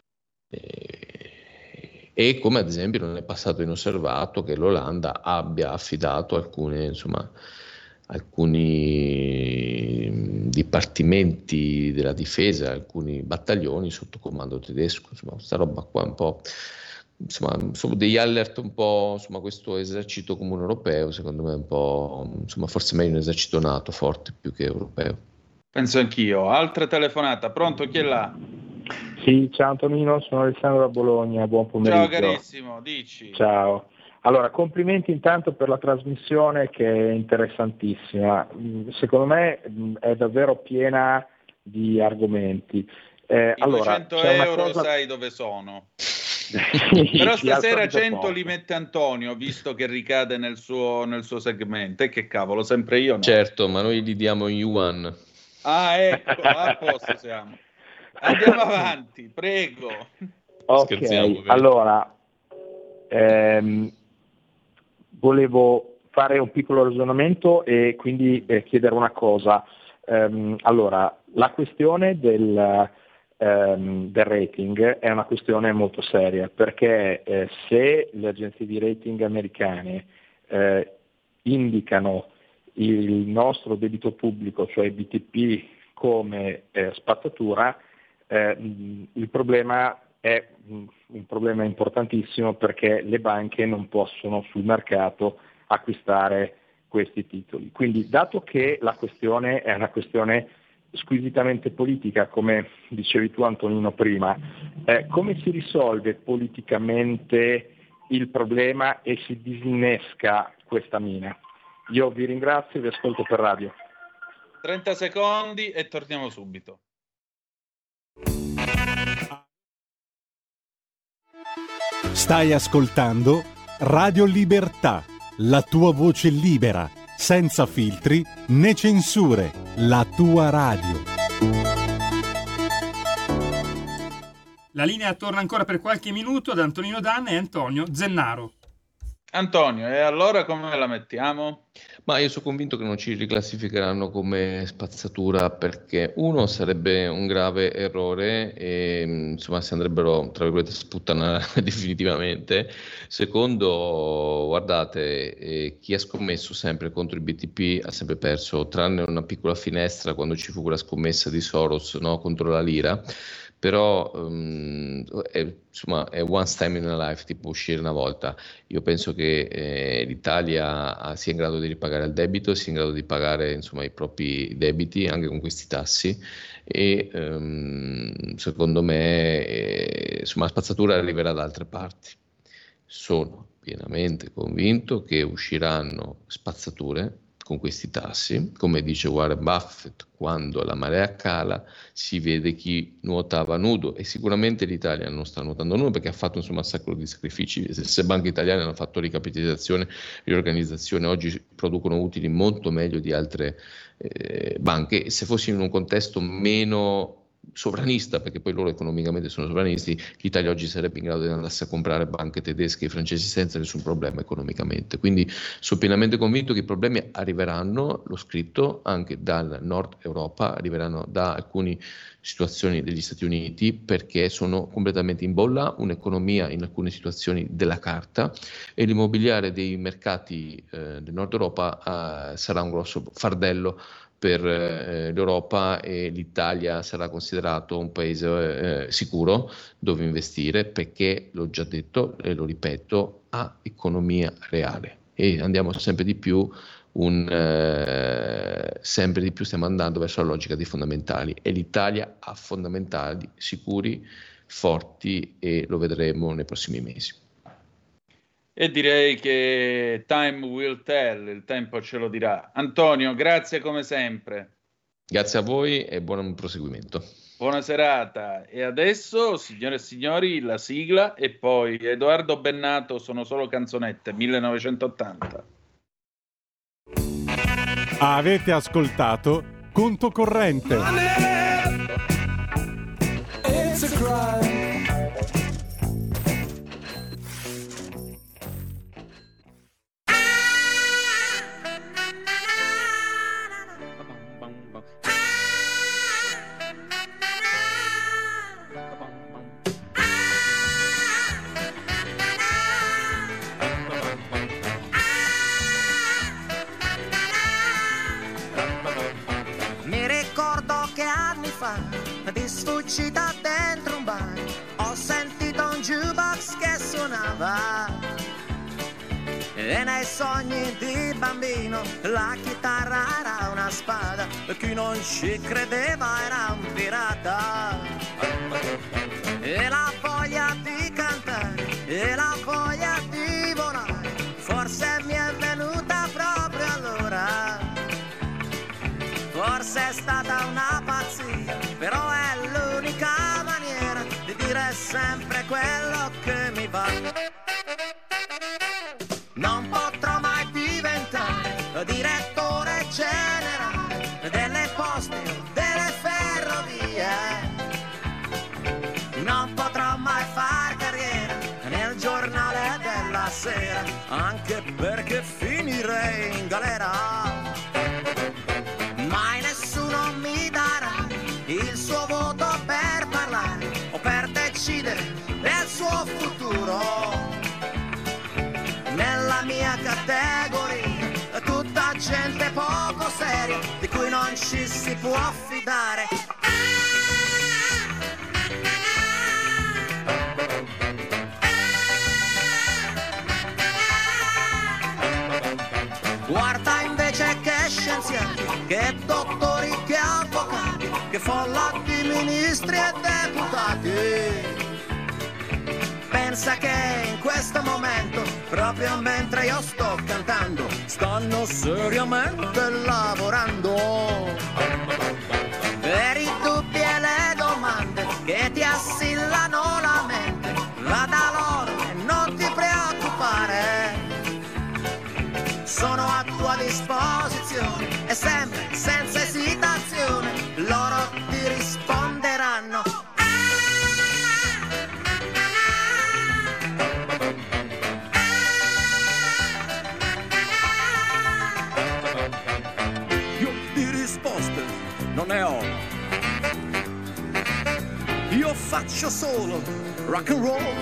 e come ad esempio non è passato inosservato che l'Olanda abbia affidato alcuni dipartimenti della difesa, alcuni battaglioni sotto comando tedesco, insomma questa roba qua un po', insomma sono degli alert un po', insomma questo esercito comune europeo secondo me è un po', insomma forse meglio un esercito NATO forte più che europeo. Penso anch'io. Altra telefonata, pronto, chi è là? Sì, ciao Antonino, sono Alessandro da Bologna, buon pomeriggio. Ciao carissimo, dici. Ciao. Allora, complimenti intanto per la trasmissione che è interessantissima. Secondo me è davvero piena di argomenti. I allora, 200 euro sai dove sono. Sì, però sì, stasera al solito 100 posto. li mette Antonio, visto che ricade nel suo segmento. E che cavolo, sempre io no? Certo, ma noi gli diamo in yuan. Ah, ecco, a posto siamo. Andiamo avanti, prego. Ok, allora, volevo fare un piccolo ragionamento e quindi chiedere una cosa. Allora, la questione del rating è una questione molto seria, perché se le agenzie di rating americane indicano il nostro debito pubblico, cioè il BTP, come spazzatura, il problema è un problema importantissimo, perché le banche non possono sul mercato acquistare questi titoli. Quindi, dato che la questione è una questione squisitamente politica, come dicevi tu Antonino prima, come si risolve politicamente il problema e si disinnesca questa mina? Io vi ringrazio e vi ascolto per radio. 30 secondi e torniamo subito. Stai ascoltando Radio Libertà, la tua voce libera, senza filtri né censure, la tua radio. La linea torna ancora per qualche minuto ad Antonino Danna e Antonio Zennaro. Antonio, e allora come la mettiamo? Ma io sono convinto che non ci riclassificheranno come spazzatura, perché uno sarebbe un grave errore e insomma si andrebbero tra virgolette a sputtanare definitivamente. Secondo, guardate, chi ha scommesso sempre contro il BTP ha sempre perso, tranne una piccola finestra quando ci fu quella scommessa di Soros, no, contro la lira. Però insomma è once time in a life, tipo uscire una volta. Io penso che l'Italia sia in grado di ripagare il debito, sia in grado di pagare insomma i propri debiti anche con questi tassi, e secondo me insomma la spazzatura arriverà da altre parti. Sono pienamente convinto che usciranno spazzature con questi tassi, come dice Warren Buffett, quando la marea cala si vede chi nuotava nudo, e sicuramente l'Italia non sta nuotando nudo, perché ha fatto insomma un sacco di sacrifici. Se banche italiane hanno fatto ricapitalizzazione, riorganizzazione, oggi producono utili molto meglio di altre banche, e se fossimo in un contesto meno sovranista, perché poi loro economicamente sono sovranisti, l'Italia oggi sarebbe in grado di andarsi a comprare banche tedesche e francesi senza nessun problema economicamente. Quindi sono pienamente convinto che i problemi arriveranno, l'ho scritto, anche dal nord Europa, arriveranno da alcune situazioni degli Stati Uniti, perché sono completamente in bolla, un'economia in alcune situazioni della carta, e l'immobiliare dei mercati del nord Europa sarà un grosso fardello per l'Europa, e l'Italia sarà considerato un paese sicuro dove investire, perché, l'ho già detto e lo ripeto, ha economia reale, e andiamo sempre di più stiamo andando verso la logica dei fondamentali, e l'Italia ha fondamentali sicuri, forti, e lo vedremo nei prossimi mesi. E direi che time will tell, il tempo ce lo dirà. Antonio, grazie come sempre. Grazie a voi e buon proseguimento. Buona serata. E adesso, signore e signori, la sigla, e poi Edoardo Bennato, Sono solo canzonette, 1980. Avete ascoltato Conto Corrente. It's a crime. Di sfuggita dentro un bar ho sentito un jukebox che suonava, e nei sogni di bambino la chitarra era una spada, e chi non ci credeva era un pirata. E la voglia di cantare e la voglia di volare forse mi è venuta proprio allora. Forse è stata una pazzia, però è l'unica maniera di dire sempre quello che mi va. Non potrò mai diventare direttore generale delle poste o delle ferrovie. Non potrò mai far carriera nel giornale della sera, anche perché finirei in galera. Mai nessuno mi darà il suo voto per parlare o per decidere del suo futuro. Nella mia categoria tutta gente poco seria, di cui non ci si può fidare. Guarda invece che scienziati, che dottori, che avvocati, che folla di ministri e deputati. Pensa che in questo momento, proprio mentre io sto cantando, stanno seriamente lavorando per i dubbi e le domande che ti assillano la mente. Va da loro e non ti preoccupare, sono a tua disposizione e sempre senza esitazione loro ti risponderanno. Io di risposte non ne ho, io faccio solo rock and roll.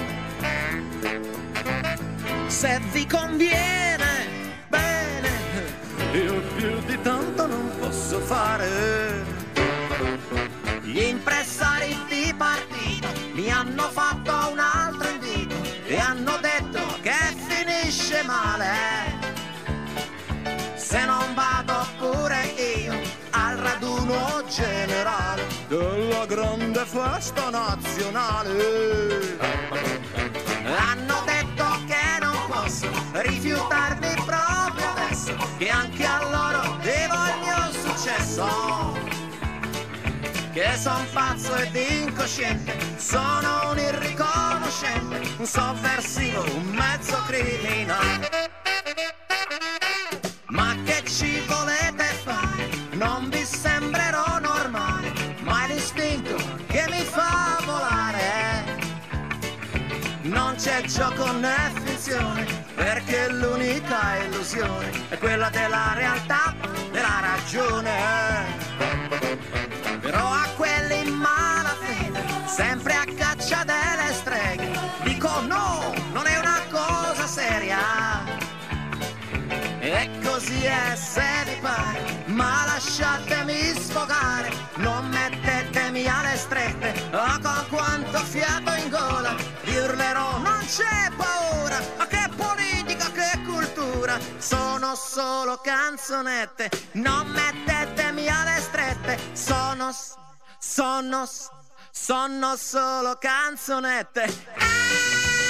Se vi conviene, bene, io più di tanto non posso fare. Gli impresari di partito mi hanno fatto un altro invito e hanno detto che finisce male se non vado pure io al raduno generale della grande festa nazionale. Hanno detto che non posso rifiutarmi proprio adesso, che anche a loro devo il mio successo, che son pazzo ed incosciente, sono un irriconoscente, un sovversivo, un mezzo criminale. Ma che ci volete fare? Non vi sembrerò normale, ma è l'istinto che mi fa volare. Non c'è gioco né finzione, perché l'unica illusione è quella della realtà, della ragione. Però a quelli in malafede, sempre a caccia delle streghe, dico no, non è una cosa seria. E così è se vi pare, ma lasciatemi sfogare, non mettetemi alle strette, oh, con quanto fiato in gola, vi urlerò non c'è paura, ma che politica, che cultura, sono solo canzonette, non mettetemi alle strette, sono solo canzonette.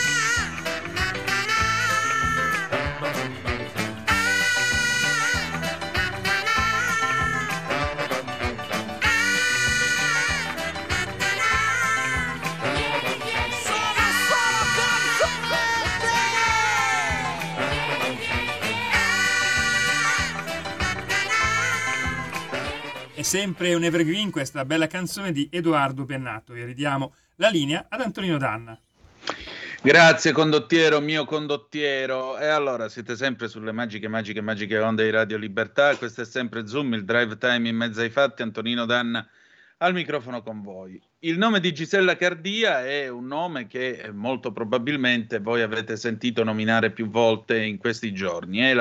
È sempre un evergreen questa bella canzone di Edoardo Bennato e ridiamo la linea ad Antonino Danna. Grazie condottiero, mio condottiero. E allora siete sempre sulle magiche onde di Radio Libertà. Questo è sempre Zoom, il drive time in mezzo ai fatti. Antonino Danna al microfono con voi. Il nome di Gisella Cardia è un nome che molto probabilmente voi avete sentito nominare più volte in questi giorni. È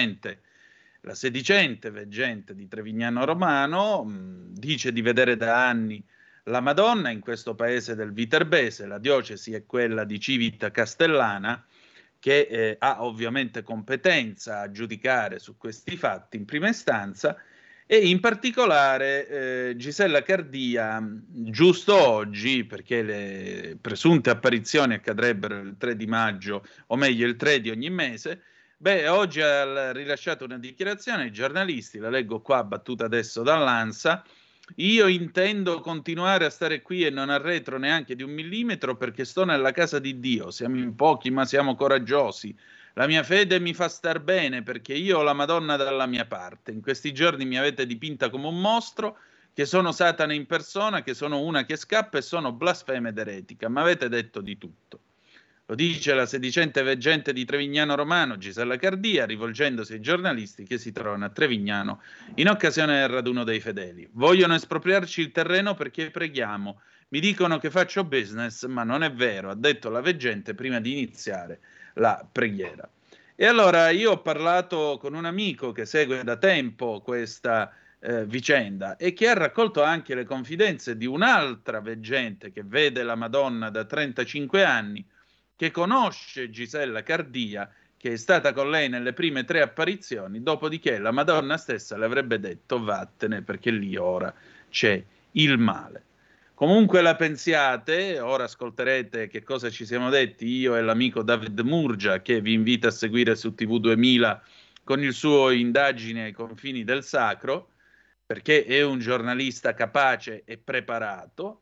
la sedicente veggente di Trevignano Romano, dice di vedere da anni la Madonna in questo paese del Viterbese. La diocesi è quella di Civita Castellana, che ha ovviamente competenza a giudicare su questi fatti in prima istanza, e in particolare Gisella Cardia, giusto oggi, perché le presunte apparizioni accadrebbero il 3 di maggio, o meglio il 3 di ogni mese, oggi ha rilasciato una dichiarazione ai giornalisti, la leggo qua, battuta adesso dall'ANSA: io intendo continuare a stare qui e non arretro neanche di 1 millimetro perché sto nella casa di Dio, siamo in pochi ma siamo coraggiosi, la mia fede mi fa star bene perché io ho la Madonna dalla mia parte, in questi giorni mi avete dipinta come un mostro, che sono Satana in persona, che sono una che scappa e sono blasfema ed eretica, mi avete detto di tutto. Lo dice la sedicente veggente di Trevignano Romano, Gisella Cardia, rivolgendosi ai giornalisti che si trovano a Trevignano in occasione del raduno dei fedeli. Vogliono espropriarci il terreno perché preghiamo. Mi dicono che faccio business, ma non è vero, ha detto la veggente prima di iniziare la preghiera. E allora io ho parlato con un amico che segue da tempo questa vicenda e che ha raccolto anche le confidenze di un'altra veggente che vede la Madonna da 35 anni, che conosce Gisella Cardia, che è stata con lei nelle prime 3 apparizioni, dopodiché la Madonna stessa le avrebbe detto vattene perché lì ora c'è il male. Comunque la pensiate, ora ascolterete che cosa ci siamo detti io e l'amico David Murgia, che vi invita a seguire su TV 2000 con il suo Indagine ai confini del sacro, perché è un giornalista capace e preparato.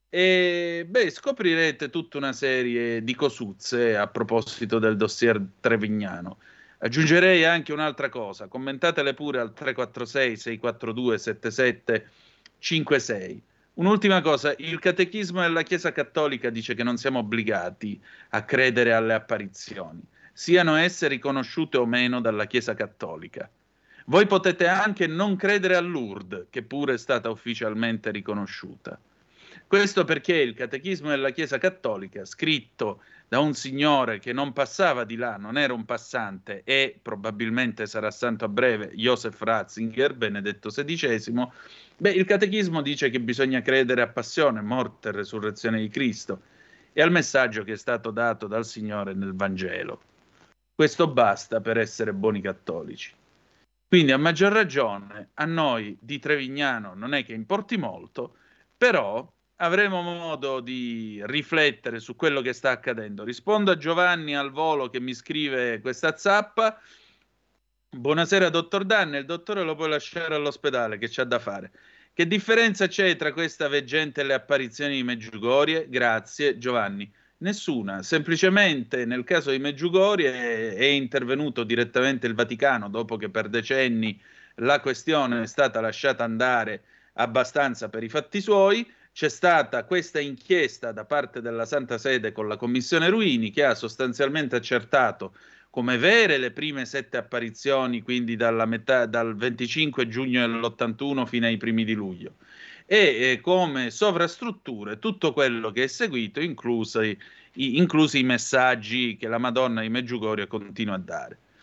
E scoprirete tutta una serie di cosuzze a proposito del dossier Trevignano. Aggiungerei anche un'altra cosa, commentatele pure al 346 642 7756. Un'ultima cosa, il catechismo della Chiesa Cattolica dice che non siamo obbligati a credere alle apparizioni, siano esse riconosciute o meno dalla Chiesa Cattolica. Voi potete anche non credere a Lourdes, che pure è stata ufficialmente riconosciuta. Questo perché il catechismo della Chiesa Cattolica, scritto da un signore che non passava di là, non era un passante e probabilmente sarà santo a breve, Joseph Ratzinger, Benedetto XVI, il catechismo dice che bisogna credere a passione, morte e resurrezione di Cristo e al messaggio che è stato dato dal Signore nel Vangelo. Questo basta per essere buoni cattolici. Quindi a maggior ragione a noi di Trevignano non è che importi molto, però avremo modo di riflettere su quello che sta accadendo. Rispondo a Giovanni al volo che mi scrive questa zappa. Buonasera dottor Danna, il dottore lo puoi lasciare all'ospedale, che c'ha da fare. Che differenza c'è tra questa veggente e le apparizioni di Medjugorje? Grazie Giovanni. Nessuna, semplicemente nel caso di Medjugorje è intervenuto direttamente il Vaticano dopo che per decenni la questione è stata lasciata andare abbastanza per i fatti suoi. C'è stata questa inchiesta da parte della Santa Sede con la Commissione Ruini che ha sostanzialmente accertato come vere le prime 7 apparizioni, quindi dal 25 giugno dell'81 fino ai primi di luglio, e come sovrastrutture tutto quello che è seguito, inclusi i messaggi che la Madonna di Medjugorje continua a dare.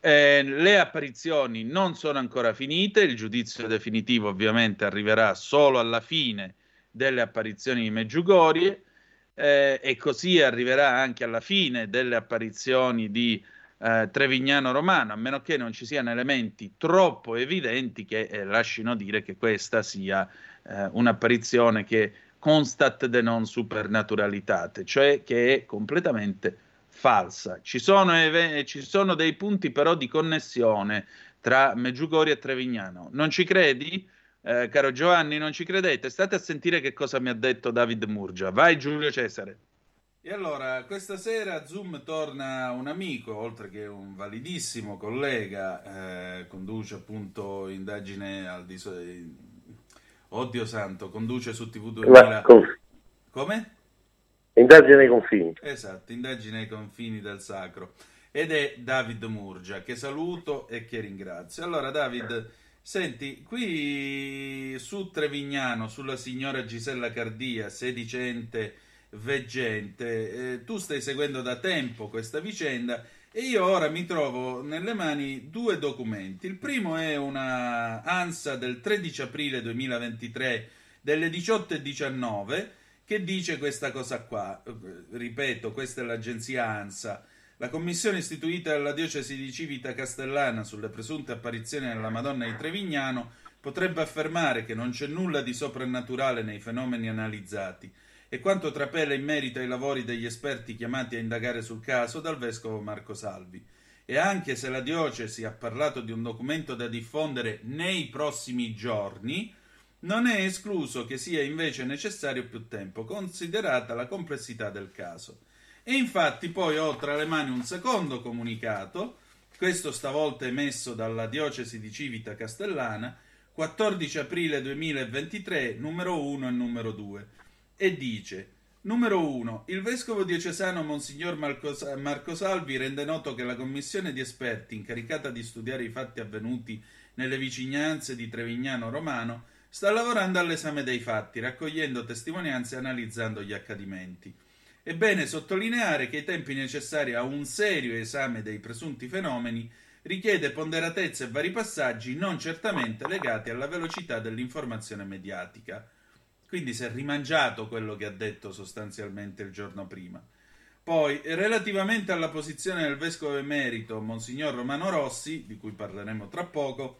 Le apparizioni non sono ancora finite, il giudizio definitivo ovviamente arriverà solo alla fine delle apparizioni di Medjugorje, e così arriverà anche alla fine delle apparizioni di Trevignano Romano, a meno che non ci siano elementi troppo evidenti che lasciano dire che questa sia un'apparizione che constat de non supernaturalitate, cioè che è completamente falsa. Ci sono dei punti però di connessione tra Medjugorje e Trevignano. Non ci credi? Caro Giovanni, non ci credete? State a sentire che cosa mi ha detto David Murgia. Vai Giulio Cesare. E allora, questa sera a Zoom torna un amico, oltre che un validissimo collega, conduce appunto indagine Oddio santo, conduce su TV 2000... Come? Indagine ai confini. Esatto, indagine ai confini del sacro. Ed è David Murgia, che saluto e che ringrazio. Allora David, senti, qui su Trevignano, sulla signora Gisella Cardia, sedicente, veggente, tu stai seguendo da tempo questa vicenda e io ora mi trovo nelle mani due documenti. Il primo è una ANSA del 13 aprile 2023 delle 18:19 che dice questa cosa qua. Ripeto, questa è l'agenzia ANSA. La commissione istituita dalla diocesi di Civita Castellana sulle presunte apparizioni della Madonna di Trevignano potrebbe affermare che non c'è nulla di soprannaturale nei fenomeni analizzati, e quanto trapela in merito ai lavori degli esperti chiamati a indagare sul caso dal vescovo Marco Salvi. E anche se la diocesi ha parlato di un documento da diffondere nei prossimi giorni, non è escluso che sia invece necessario più tempo, considerata la complessità del caso. E infatti poi ho tra le mani un secondo comunicato, questo stavolta emesso dalla diocesi di Civita Castellana, 14 aprile 2023, numero 1 e numero 2. E dice: numero 1. Il vescovo diocesano Monsignor Marco Salvi rende noto che la commissione di esperti incaricata di studiare i fatti avvenuti nelle vicinanze di Trevignano Romano sta lavorando all'esame dei fatti, raccogliendo testimonianze e analizzando gli accadimenti. È bene sottolineare che i tempi necessari a un serio esame dei presunti fenomeni richiede ponderatezza e vari passaggi non certamente legati alla velocità dell'informazione mediatica. Quindi si è rimangiato quello che ha detto sostanzialmente il giorno prima. Poi, relativamente alla posizione del vescovo emerito Monsignor Romano Rossi, di cui parleremo tra poco,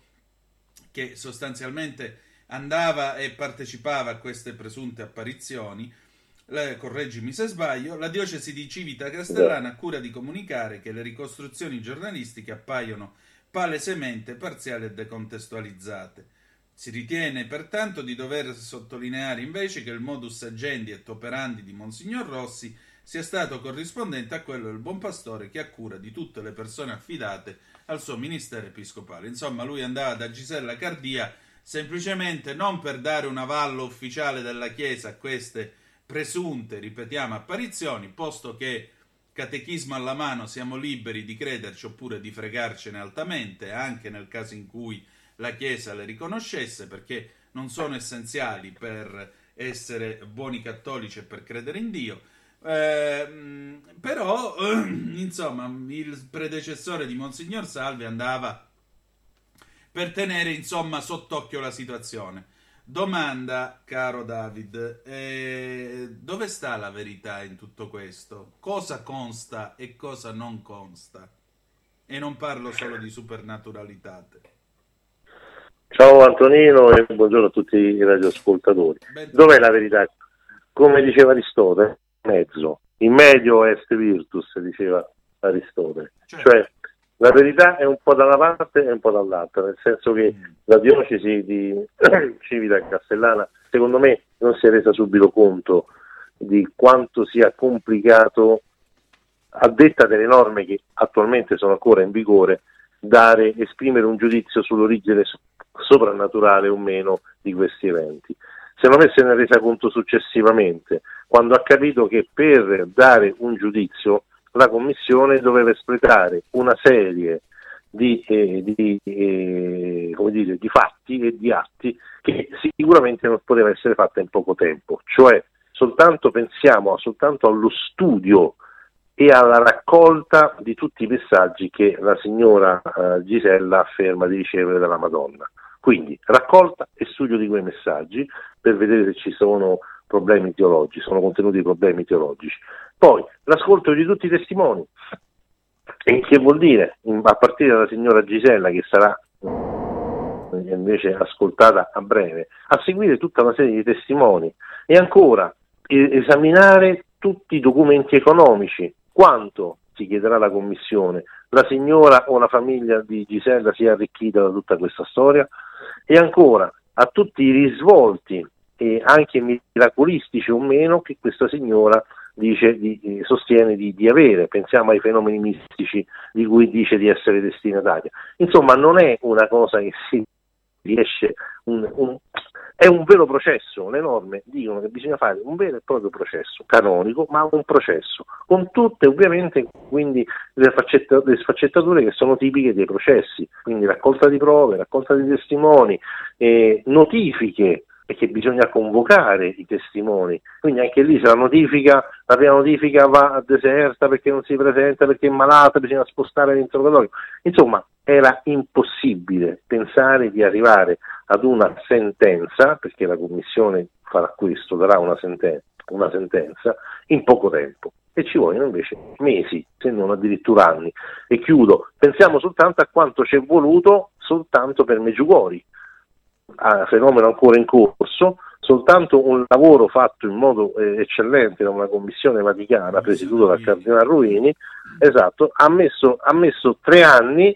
che sostanzialmente andava e partecipava a queste presunte apparizioni, correggimi se sbaglio, la diocesi di Civita Castellana ha cura di comunicare che le ricostruzioni giornalistiche appaiono palesemente parziali e decontestualizzate. Si ritiene pertanto di dover sottolineare invece che il modus agendi et operandi di Monsignor Rossi sia stato corrispondente a quello del buon pastore che ha cura di tutte le persone affidate al suo ministero episcopale. Insomma, lui andava da Gisella Cardia semplicemente non per dare un avallo ufficiale della Chiesa a queste presunte, ripetiamo, apparizioni, posto che catechismo alla mano siamo liberi di crederci oppure di fregarcene altamente, anche nel caso in cui la Chiesa le riconoscesse, perché non sono essenziali per essere buoni cattolici e per credere in Dio. Però insomma il predecessore di Monsignor Salvi andava per tenere insomma sott'occhio la situazione. Domanda, caro David, dove sta la verità in tutto questo? Cosa consta e cosa non consta? E non parlo solo di supernaturalitate. Ciao Antonino e buongiorno a tutti i radioascoltatori. Dov'è la verità? Come diceva Aristotele, mezzo. In medio est virtus, diceva Aristotele. Cioè la verità è un po' da una parte e un po' dall'altra, nel senso che la diocesi di Civita Castellana, secondo me, non si è resa subito conto di quanto sia complicato, a detta delle norme che attualmente sono ancora in vigore, esprimere un giudizio sull'origine soprannaturale o meno di questi eventi. Secondo me se ne è resa conto successivamente, quando ha capito che per dare un giudizio la Commissione doveva espletare una serie di fatti e di atti che sicuramente non poteva essere fatta in poco tempo. Cioè, pensiamo soltanto allo studio e alla raccolta di tutti i messaggi che la signora Gisella afferma di ricevere dalla Madonna. Quindi raccolta e studio di quei messaggi per vedere se ci sono problemi teologici, sono contenuti problemi teologici. Poi l'ascolto di tutti i testimoni, e che vuol dire, a partire dalla signora Gisella, che sarà invece ascoltata a breve, a seguire tutta una serie di testimoni, e ancora esaminare tutti i documenti economici, quanto si chiederà la commissione, la signora o la famiglia di Gisella si è arricchita da tutta questa storia, e ancora a tutti i risvolti, anche miracolistici o meno, che questa signora sostiene di avere. Pensiamo ai fenomeni mistici di cui dice di essere destinataria. Insomma, non è una cosa che si riesce, è un vero processo. Le norme dicono che bisogna fare un vero e proprio processo canonico, ma un processo con tutte ovviamente quindi le sfaccettature che sono tipiche dei processi, quindi raccolta di prove, raccolta di testimoni, notifiche, perché bisogna convocare i testimoni, quindi anche lì se la prima notifica va deserta perché non si presenta, perché è malata, bisogna spostare l'interrogatorio. Insomma, era impossibile pensare di arrivare ad una sentenza, perché la commissione farà questo, darà una sentenza in poco tempo, e ci vogliono invece mesi, se non addirittura anni. E chiudo, pensiamo soltanto a quanto ci è voluto soltanto per Medjugorje, fenomeno ancora in corso, soltanto un lavoro fatto in modo eccellente da una commissione vaticana presieduta dal Cardinale Ruini, esatto, ha messo 3 anni,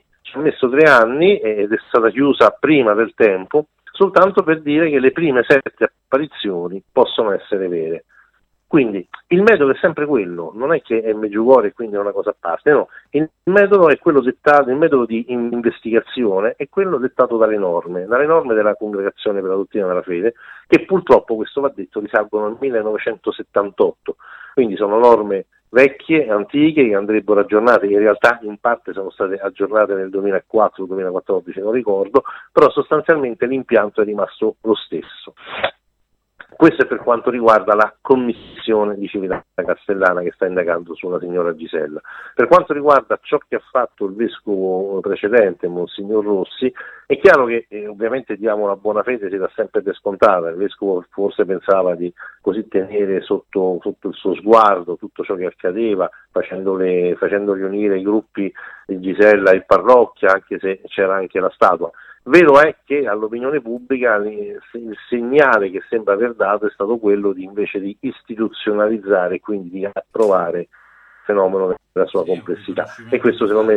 ed è stata chiusa prima del tempo, soltanto per dire che le prime 7 apparizioni possono essere vere. Quindi il metodo è sempre quello, non è che è Medjugorje e quindi è una cosa a parte, no, il metodo è quello dettato, il metodo di investigazione è quello dettato dalle norme della Congregazione per la Dottrina della Fede, che purtroppo, questo va detto, risalgono al 1978, quindi sono norme vecchie, antiche, che andrebbero aggiornate, che in realtà in parte sono state aggiornate nel 2004-2014, non ricordo, però sostanzialmente l'impianto è rimasto lo stesso. Questo è per quanto riguarda la commissione di civiltà castellana che sta indagando sulla signora Gisella. Per quanto riguarda ciò che ha fatto il vescovo precedente, Monsignor Rossi, è chiaro che ovviamente diamo la buona fede, si dà sempre per scontata. Il vescovo forse pensava di così tenere sotto il suo sguardo tutto ciò che accadeva, facendoli unire i gruppi di Gisella e parrocchia, anche se c'era anche la statua. Vero è che all'opinione pubblica il segnale che sembra aver dato è stato quello invece di istituzionalizzare, quindi di approvare il fenomeno nella sua complessità. E questo secondo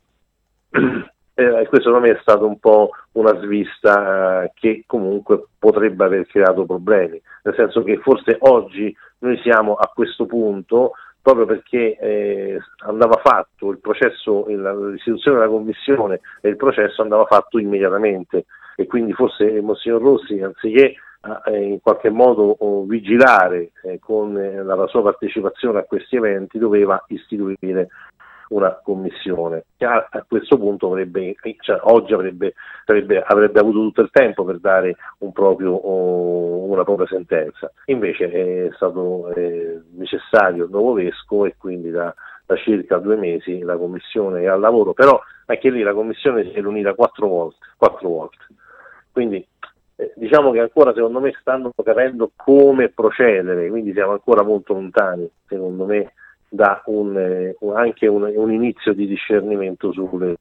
me è stato un po' una svista che comunque potrebbe aver creato problemi, nel senso che forse oggi noi siamo a questo punto proprio perché andava fatto il processo, l'istituzione della commissione e il processo andava fatto immediatamente, e quindi forse Monsignor Rossi, anziché in qualche modo vigilare con la sua partecipazione a questi eventi, doveva istituire una commissione che a questo punto oggi avrebbe avuto tutto il tempo per dare una propria sentenza. Invece è stato necessario il nuovo vescovo, e quindi da circa 2 mesi la commissione è al lavoro, però anche lì la commissione si è riunita 4 volte. Quindi diciamo che ancora secondo me stanno capendo come procedere, quindi siamo ancora molto lontani secondo me da anche un inizio di discernimento sulle.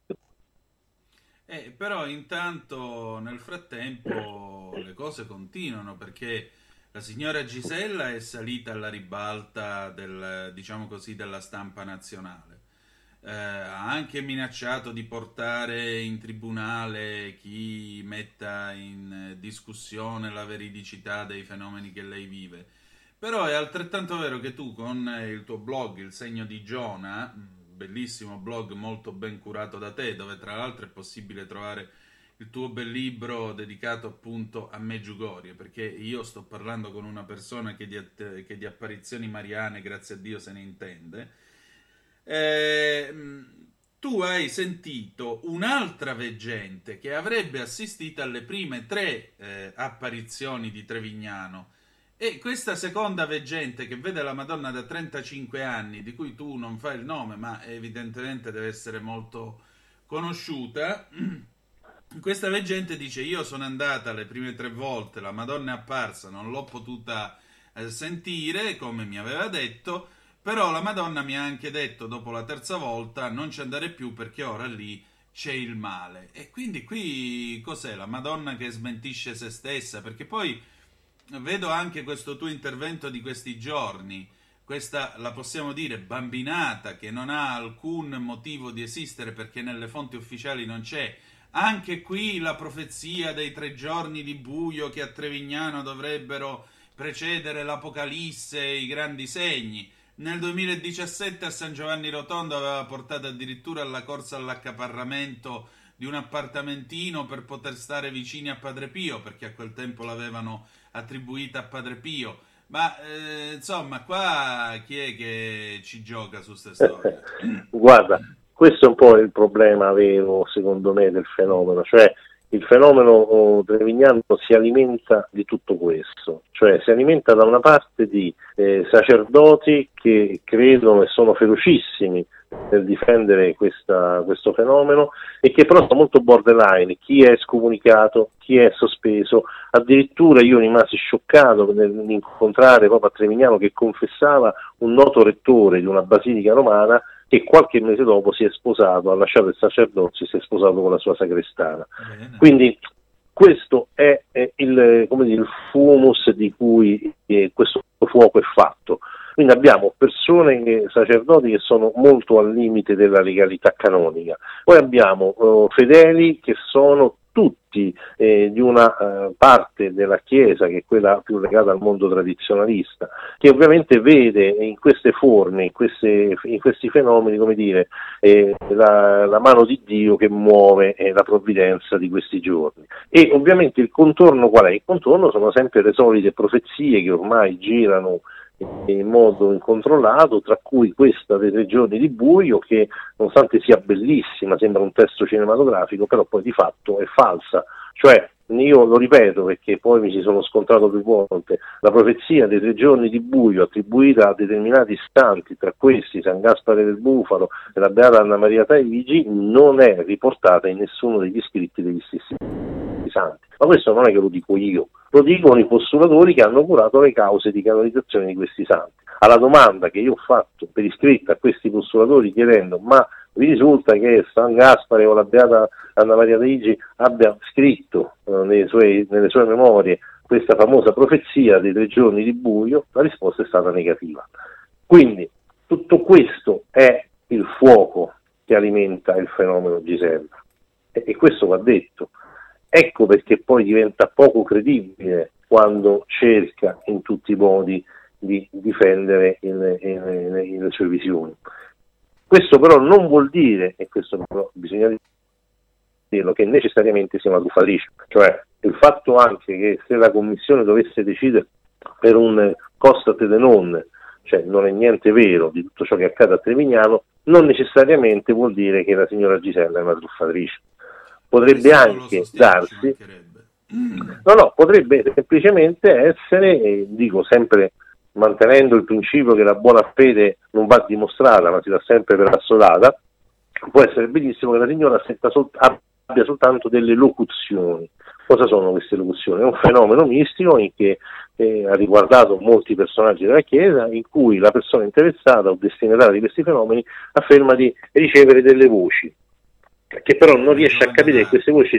Però intanto nel frattempo le cose continuano, perché la signora Gisella è salita alla ribalta della stampa nazionale. Ha anche minacciato di portare in tribunale chi metta in discussione la veridicità dei fenomeni che lei vive. Però è altrettanto vero che tu con il tuo blog, Il Segno di Giona, bellissimo blog molto ben curato da te, dove tra l'altro è possibile trovare il tuo bel libro dedicato appunto a Medjugorje, perché io sto parlando con una persona che di apparizioni mariane, grazie a Dio, se ne intende. Tu hai sentito un'altra veggente che avrebbe assistito alle prime 3 apparizioni di Trevignano, E questa seconda veggente che vede la Madonna da 35 anni, di cui tu non fai il nome, ma evidentemente deve essere molto conosciuta, questa veggente dice: io sono andata le prime 3 volte, la Madonna è apparsa, non l'ho potuta sentire come mi aveva detto, però la Madonna mi ha anche detto dopo la 3ª volta non ci andare più perché ora lì c'è il male. E quindi qui cos'è? La Madonna che smentisce se stessa? Perché poi vedo anche questo tuo intervento di questi giorni, questa, la possiamo dire, bambinata che non ha alcun motivo di esistere perché nelle fonti ufficiali non c'è. Anche qui la profezia dei 3 giorni di buio che a Trevignano dovrebbero precedere l'Apocalisse e i grandi segni. Nel 2017 a San Giovanni Rotondo aveva portato addirittura alla corsa all'accaparramento di un appartamentino per poter stare vicini a Padre Pio, perché a quel tempo l'avevano attribuita a Padre Pio. Ma insomma, qua chi è che ci gioca su queste storie? Guarda, questo è un po' il problema vero, secondo me, del fenomeno, cioè il fenomeno trevignano si alimenta di tutto questo, cioè si alimenta da una parte di sacerdoti che credono e sono ferocissimi nel difendere questo fenomeno e che però sono molto borderline, chi è scomunicato, chi è sospeso. Addirittura io rimasi scioccato nell'incontrare proprio a Trevignano che confessava un noto rettore di una basilica romana che qualche mese dopo si è sposato, ha lasciato il sacerdozio e si è sposato con la sua sacrestana. Bene. Quindi questo è il fumus di cui questo fuoco è fatto. Quindi abbiamo persone, sacerdoti che sono molto al limite della legalità canonica, poi abbiamo fedeli che sono tutti di una parte della Chiesa, che è quella più legata al mondo tradizionalista, che ovviamente vede in queste forme, in questi fenomeni, come dire, la mano di Dio che muove la provvidenza di questi giorni. E ovviamente il contorno qual è? Il contorno sono sempre le solite profezie che ormai girano in modo incontrollato, tra cui questa dei 3 giorni di buio, che nonostante sia bellissima, sembra un testo cinematografico, però poi di fatto è falsa. Cioè, io lo ripeto perché poi mi ci sono scontrato più volte, la profezia dei 3 giorni di buio attribuita a determinati istanti, tra questi San Gaspare del Bufalo e la Beata Anna Maria Taigi, non è riportata in nessuno degli scritti degli stessi santi. Ma questo non è che lo dico io, lo dicono i postulatori che hanno curato le cause di canonizzazione di questi santi. Alla domanda che io ho fatto per iscritto a questi postulatori chiedendo: ma vi risulta che San Gaspare o la Beata Anna Maria Taigi abbia scritto nelle sue memorie questa famosa profezia dei 3 giorni di buio? La risposta è stata negativa. Quindi tutto questo è il fuoco che alimenta il fenomeno Gisella, e questo va detto. Ecco perché poi diventa poco credibile quando cerca in tutti i modi di difendere le sue visioni. Questo però non vuol dire, e questo però bisogna dirlo, che necessariamente sia una truffatrice. Cioè il fatto anche che se la Commissione dovesse decidere per un costat de non, cioè non è niente vero di tutto ciò che accade a Trevignano, non necessariamente vuol dire che la signora Gisella è una truffatrice. Potrebbe anche darsi, potrebbe semplicemente essere, dico sempre mantenendo il principio che la buona fede non va dimostrata ma si dà sempre per assodata, può essere benissimo che la signora abbia soltanto delle locuzioni. Cosa sono queste locuzioni? È un fenomeno mistico che ha riguardato molti personaggi della Chiesa, in cui la persona interessata o destinataria di questi fenomeni afferma di ricevere delle voci, che però non riesce a capire che queste voci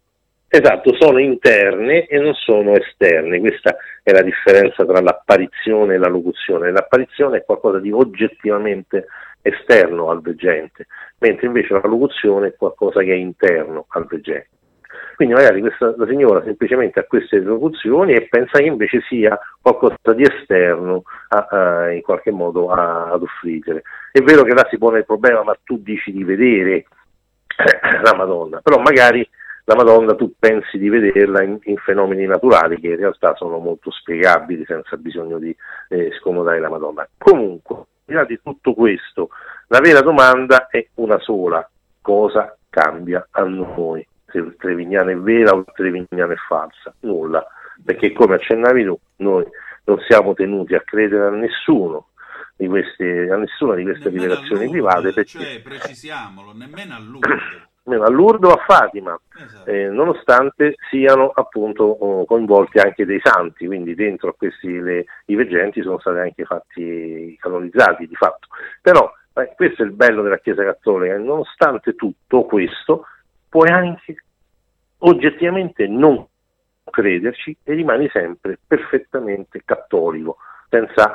sono interne e non sono esterne. Questa è la differenza tra l'apparizione e la locuzione. L'apparizione è qualcosa di oggettivamente esterno al veggente, mentre invece la locuzione è qualcosa che è interno al veggente. Quindi magari la signora semplicemente ha queste locuzioni e pensa che invece sia qualcosa di esterno in qualche modo ad offrire. È vero che là si pone il problema: ma tu dici di vedere la Madonna, però magari la Madonna tu pensi di vederla in fenomeni naturali che in realtà sono molto spiegabili senza bisogno di scomodare la Madonna. Comunque, al di là di tutto questo, la vera domanda è una sola: cosa cambia a noi? Se il Trevignano è vera o il Trevignano è falsa? Nulla, perché come accennavi tu, noi non siamo tenuti a credere a nessuna di queste rivelazioni private, perché cioè, precisiamolo, nemmeno a Lourdes. A Lourdes o a Fatima, esatto. Nonostante siano appunto coinvolti anche dei santi, quindi dentro a questi i veggenti sono stati anche fatti canonizzati di fatto. Però questo è il bello della Chiesa Cattolica, nonostante tutto questo puoi anche oggettivamente non crederci e rimani sempre perfettamente cattolico, senza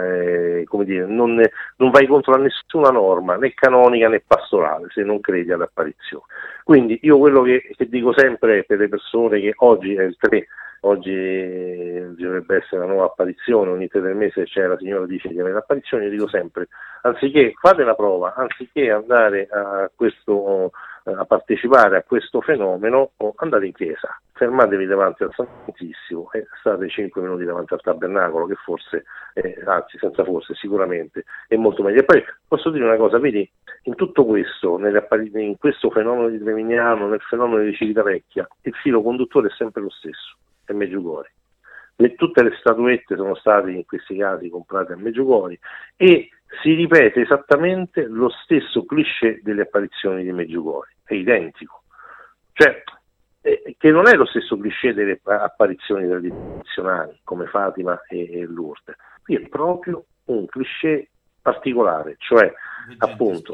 non vai contro a nessuna norma né canonica né pastorale se non credi all'apparizione. Quindi io quello che dico sempre per le persone che oggi è il 3, oggi dovrebbe essere la nuova apparizione, ogni 3 del mese c'è la signora dice di avere l'apparizione, io dico sempre, anziché fate la prova, anziché andare a partecipare a questo fenomeno, andate in chiesa, fermatevi davanti al Santissimo e state 5 minuti davanti al tabernacolo, che forse, anzi senza forse, sicuramente è molto meglio. E poi posso dire una cosa, vedi, in tutto questo, in questo fenomeno di Trevignano, nel fenomeno di Civitavecchia, il filo conduttore è sempre lo stesso, è Medjugorje. Tutte le statuette sono state in questi casi comprate a Medjugorje e si ripete esattamente lo stesso cliché delle apparizioni di Medjugorje, è identico, cioè che non è lo stesso cliché delle apparizioni tradizionali come Fatima e Lourdes, qui è proprio un cliché particolare, cioè appunto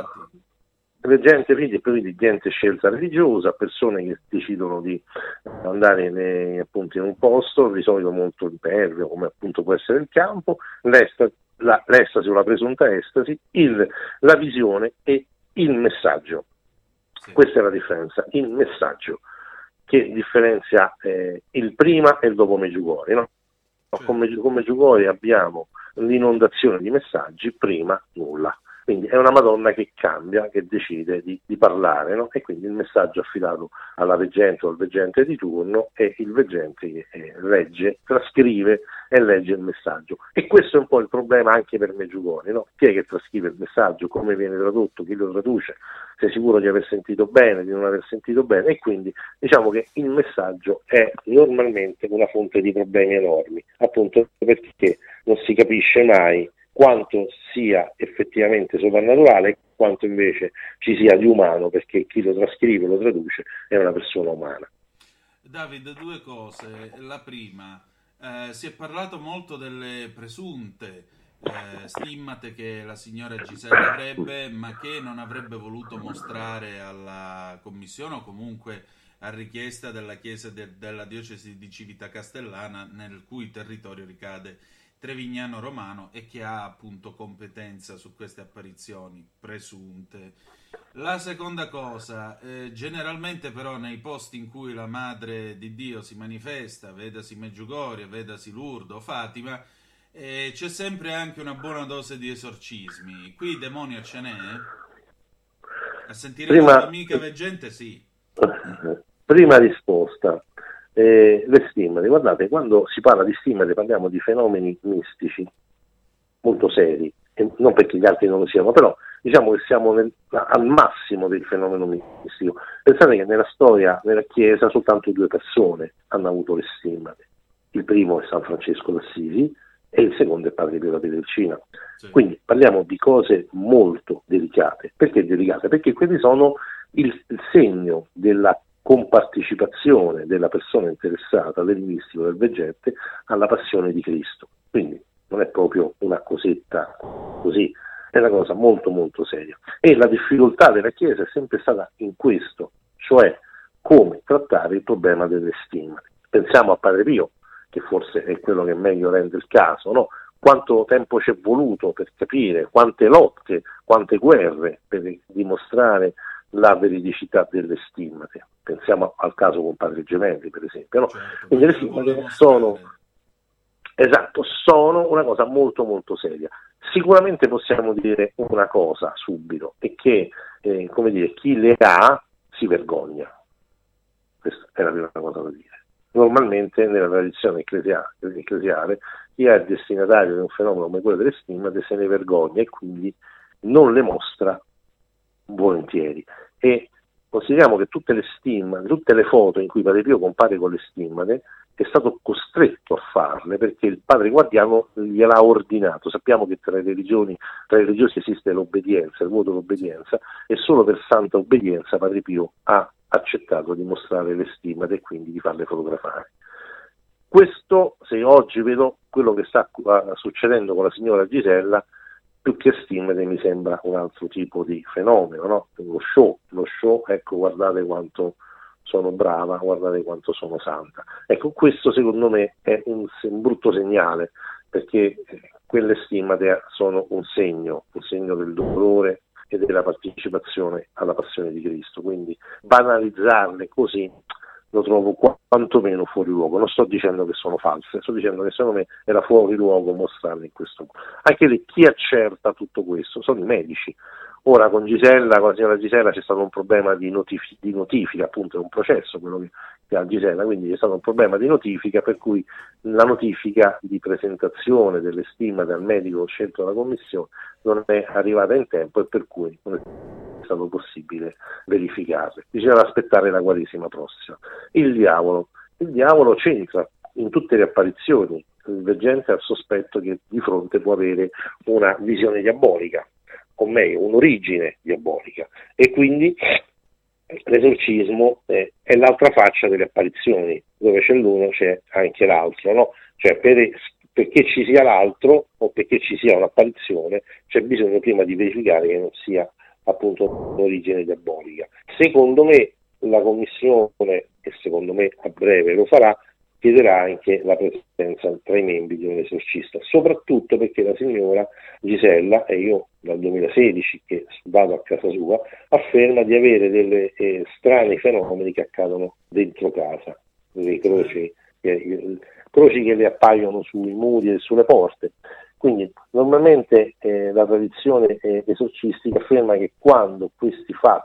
gente scelta religiosa, persone che decidono di andare appunto in un posto, di solito molto impervio, come appunto può essere il campo, l'estasi o la presunta estasi, la visione e il messaggio. Sì. Questa è la differenza, il messaggio, che differenzia il prima e il dopo Medjugorje, no? Sì. Con Medjugorje abbiamo l'inondazione di messaggi, prima nulla. Quindi è una Madonna che cambia, che decide di parlare, no? E quindi il messaggio è affidato alla veggente o al veggente di turno e il veggente che legge, trascrive e legge il messaggio. E questo è un po' il problema anche per Medjugorje, no? Chi è che trascrive il messaggio, come viene tradotto, chi lo traduce, sei sicuro di aver sentito bene, di non aver sentito bene, e quindi diciamo che il messaggio è normalmente una fonte di problemi enormi, appunto perché non si capisce mai quanto sia effettivamente soprannaturale e quanto invece ci sia di umano, perché chi lo trascrive, lo traduce, è una persona umana. David, 2 cose. La prima, si è parlato molto delle presunte stimmate che la signora Gisella avrebbe, ma che non avrebbe voluto mostrare alla commissione o comunque a richiesta della Chiesa della diocesi di Civita Castellana, nel cui territorio ricade Trevignano Romano e che ha appunto competenza su queste apparizioni presunte. La seconda cosa, generalmente però nei posti in cui la Madre di Dio si manifesta, vedasi Medjugorje, vedasi Lourdes o Fatima, c'è sempre anche una buona dose di esorcismi. Qui demonio ce n'è? A sentire la tua amica veggente sì. Prima risposta. Le stimmate, guardate, quando si parla di stimmate parliamo di fenomeni mistici molto seri, e non perché gli altri non lo siano, però diciamo che siamo al massimo del fenomeno mistico. Pensate che nella storia, nella Chiesa, soltanto 2 persone hanno avuto le stimmate. Il primo è San Francesco d'Assisi e il secondo è Padre Pio da Pietrelcina. Sì. Quindi parliamo di cose molto delicate. Perché delicate? Perché quelli sono il segno della compartecipazione della persona interessata, del mistico, del veggente, alla passione di Cristo. Quindi non è proprio una cosetta così, è una cosa molto molto seria. E la difficoltà della Chiesa è sempre stata in questo, cioè come trattare il problema delle stimmate. Pensiamo a Padre Pio, che forse è quello che meglio rende il caso, no? Quanto tempo ci è voluto per capire, quante lotte, quante guerre per dimostrare la veridicità delle stimmate. Pensiamo al caso con Padre Gemelli, per esempio, no? Certo, quindi le stimmate sono una cosa molto molto seria. Sicuramente possiamo dire una cosa subito, è che chi le ha si vergogna. Questa è la prima cosa da dire. Normalmente nella tradizione ecclesiale chi è il destinatario di un fenomeno come quello delle stimmate se ne vergogna e quindi non le mostra volentieri. E Consideriamo che tutte le foto in cui Padre Pio compare con le stimmate è stato costretto a farle perché il padre guardiano gliel'ha ordinato. Sappiamo che tra i religiosi esiste l'obbedienza, il voto d'obbedienza, e solo per santa obbedienza Padre Pio ha accettato di mostrare le stimmate e quindi di farle fotografare. Questo, se oggi vedo quello che sta succedendo con la signora Gisella, più che stimmate mi sembra un altro tipo di fenomeno, no? Lo show, ecco, guardate quanto sono brava, guardate quanto sono santa. Ecco, questo secondo me è un brutto segnale, perché quelle stimmate sono un segno del dolore e della partecipazione alla passione di Cristo, quindi banalizzarle così lo trovo quantomeno fuori luogo. Non sto dicendo che sono false, sto dicendo che secondo me era fuori luogo mostrarle in questo modo. Anche lì chi accerta tutto questo sono i medici. Ora con la signora Gisella c'è stato un problema di notifica, appunto è un processo quello che ha Gisella, quindi c'è stato un problema di notifica, per cui la notifica di presentazione delle stimmate al medico scelto dalla commissione non è arrivata in tempo e per cui non è stato possibile verificarle. Bisogna aspettare la Quaresima prossima. Il diavolo c'entra in tutte le apparizioni, il veggente ha il sospetto che di fronte può avere una visione diabolica, o meglio un'origine diabolica, e quindi l'esorcismo è l'altra faccia delle apparizioni, dove c'è l'uno c'è anche l'altro, no? Cioè perché ci sia l'altro o perché ci sia un'apparizione c'è bisogno prima di verificare che non sia appunto un'origine diabolica. Secondo me la commissione, e secondo me a breve lo farà, chiederà anche la presenza tra i membri di un esorcista, soprattutto perché la signora Gisella, e io dal 2016 che vado a casa sua, afferma di avere delle strani fenomeni che accadono dentro casa, le croci che le appaiono sui muri e sulle porte. Quindi normalmente la tradizione esorcistica afferma che quando questi fatti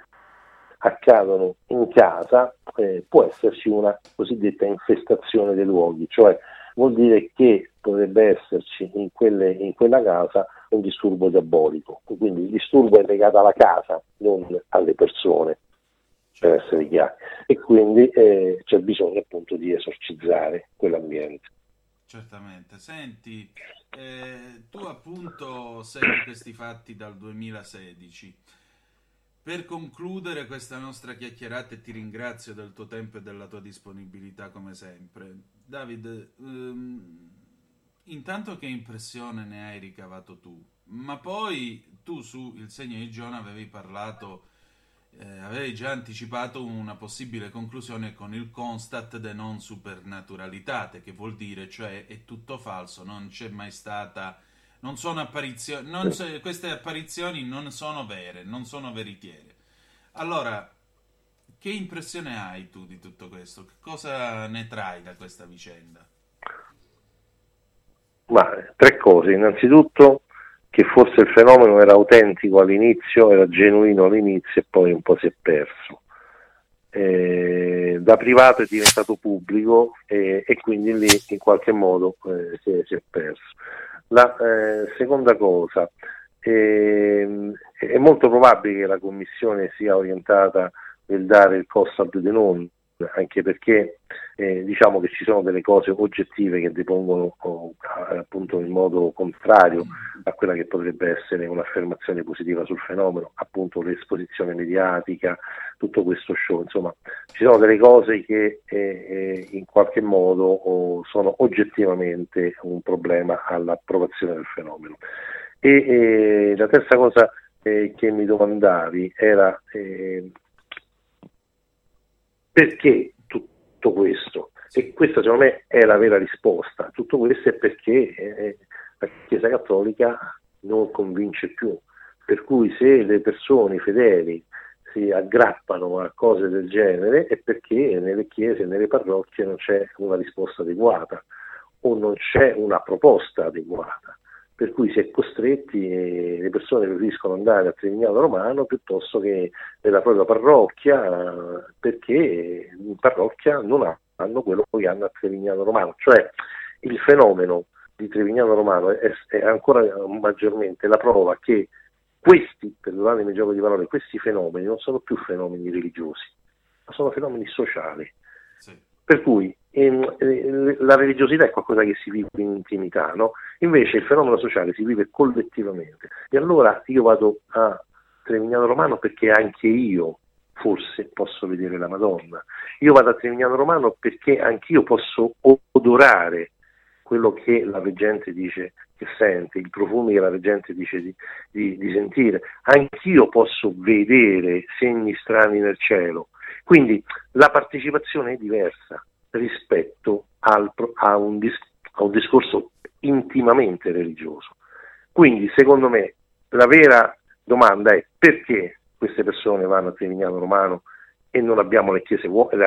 accadono in casa può esserci una cosiddetta infestazione dei luoghi, cioè vuol dire che potrebbe esserci in quella casa un disturbo diabolico, quindi il disturbo è legato alla casa, non alle persone, per essere chiari, e quindi c'è bisogno appunto di esorcizzare quell'ambiente. Certamente. Senti, tu appunto segui questi fatti dal 2016. Per concludere questa nostra chiacchierata, e ti ringrazio del tuo tempo e della tua disponibilità come sempre, David, intanto che impressione ne hai ricavato tu? Ma poi tu su Il Segno di Giona avevi già anticipato una possibile conclusione con il constat de non supernaturalitate, che vuol dire, cioè, è tutto falso, non c'è mai stata... Non sono apparizioni, queste apparizioni non sono vere, non sono veritiere. Allora, che impressione hai tu di tutto questo? Che cosa ne trai da questa vicenda? Ma tre cose. Innanzitutto che forse il fenomeno era autentico all'inizio, era genuino all'inizio e poi un po' si è perso. Da privato è diventato pubblico e quindi lì in qualche modo si è perso. La seconda cosa, è molto probabile che la commissione sia orientata nel dare il constat de non, anche perché diciamo che ci sono delle cose oggettive che depongono appunto in modo contrario a quella che potrebbe essere un'affermazione positiva sul fenomeno, appunto l'esposizione mediatica, tutto questo show, insomma ci sono delle cose che in qualche modo sono oggettivamente un problema all'approvazione del fenomeno. E la terza cosa che mi domandavi era perché tutto questo? E questa secondo me è la vera risposta. Tutto questo è perché la Chiesa Cattolica non convince più, per cui se le persone fedeli si aggrappano a cose del genere è perché nelle chiese, nelle parrocchie non c'è una risposta adeguata o non c'è una proposta adeguata, per cui si è costretti e le persone preferiscono andare a Trevignano Romano piuttosto che nella propria parrocchia, perché in parrocchia non hanno quello che hanno a Trevignano Romano. Cioè il fenomeno di Trevignano Romano è ancora maggiormente la prova che questi, perdonatemi il gioco di parole, questi fenomeni non sono più fenomeni religiosi, ma sono fenomeni sociali. Sì. Per cui la religiosità è qualcosa che si vive in intimità, no? Invece il fenomeno sociale si vive collettivamente. E allora io vado a Trevignano Romano perché anche io forse posso vedere la Madonna. Io vado a Trevignano Romano perché anch'io posso odorare quello che la veggente dice che sente, i profumi che la veggente dice di sentire. Anch'io posso vedere segni strani nel cielo. Quindi la partecipazione è diversa rispetto a un discorso intimamente religioso. Quindi secondo me la vera domanda è: perché queste persone vanno a Trevignano Romano e non abbiamo le chiese vuote?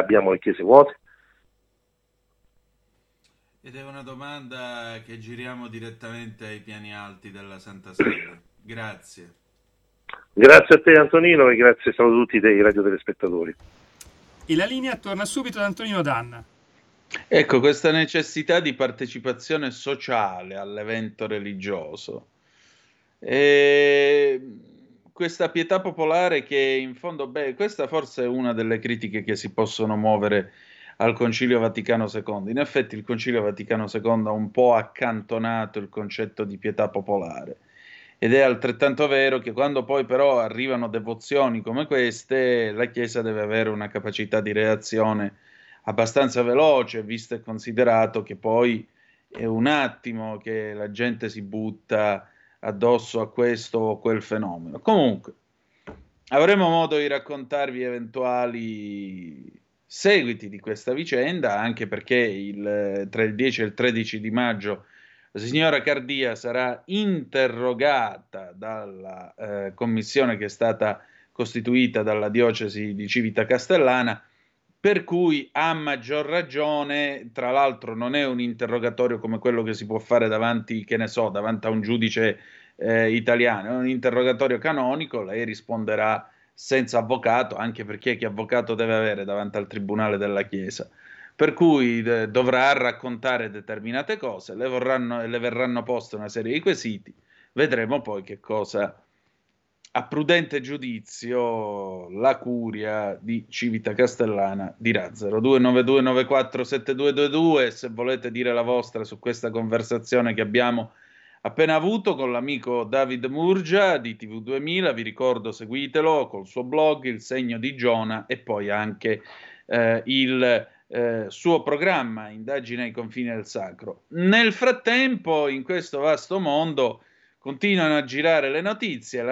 Ed è una domanda che giriamo direttamente ai piani alti della Santa Sede. Grazie. Grazie a te Antonino e grazie a tutti i radiotelespettatori. E la linea torna subito ad Antonino Danna. Ecco, questa necessità di partecipazione sociale all'evento religioso. Questa pietà popolare che in fondo, questa forse è una delle critiche che si possono muovere al Concilio Vaticano II. In effetti il Concilio Vaticano II ha un po' accantonato il concetto di pietà popolare. Ed è altrettanto vero che quando poi però arrivano devozioni come queste, la Chiesa deve avere una capacità di reazione abbastanza veloce, visto e considerato che poi è un attimo che la gente si butta addosso a questo o quel fenomeno. Comunque, avremo modo di raccontarvi eventuali seguiti di questa vicenda, anche perché tra il 10 e il 13 di maggio la signora Cardia sarà interrogata dalla commissione che è stata costituita dalla diocesi di Civita Castellana, per cui a maggior ragione, tra l'altro non è un interrogatorio come quello che si può fare davanti, che ne so, davanti a un giudice italiano, è un interrogatorio canonico, lei risponderà senza avvocato, anche perché che avvocato deve avere davanti al Tribunale della Chiesa. Per cui dovrà raccontare determinate cose, le verranno poste una serie di quesiti, vedremo poi che cosa, a prudente giudizio, la curia di Civita Castellana dirà. 0292947222, se volete dire la vostra su questa conversazione che abbiamo appena avuto con l'amico David Murgia di TV2000, vi ricordo, seguitelo col suo blog Il Segno di Giona e poi anche il suo programma Indagine ai confini del sacro. Nel frattempo, in questo vasto mondo continuano a girare le notizie.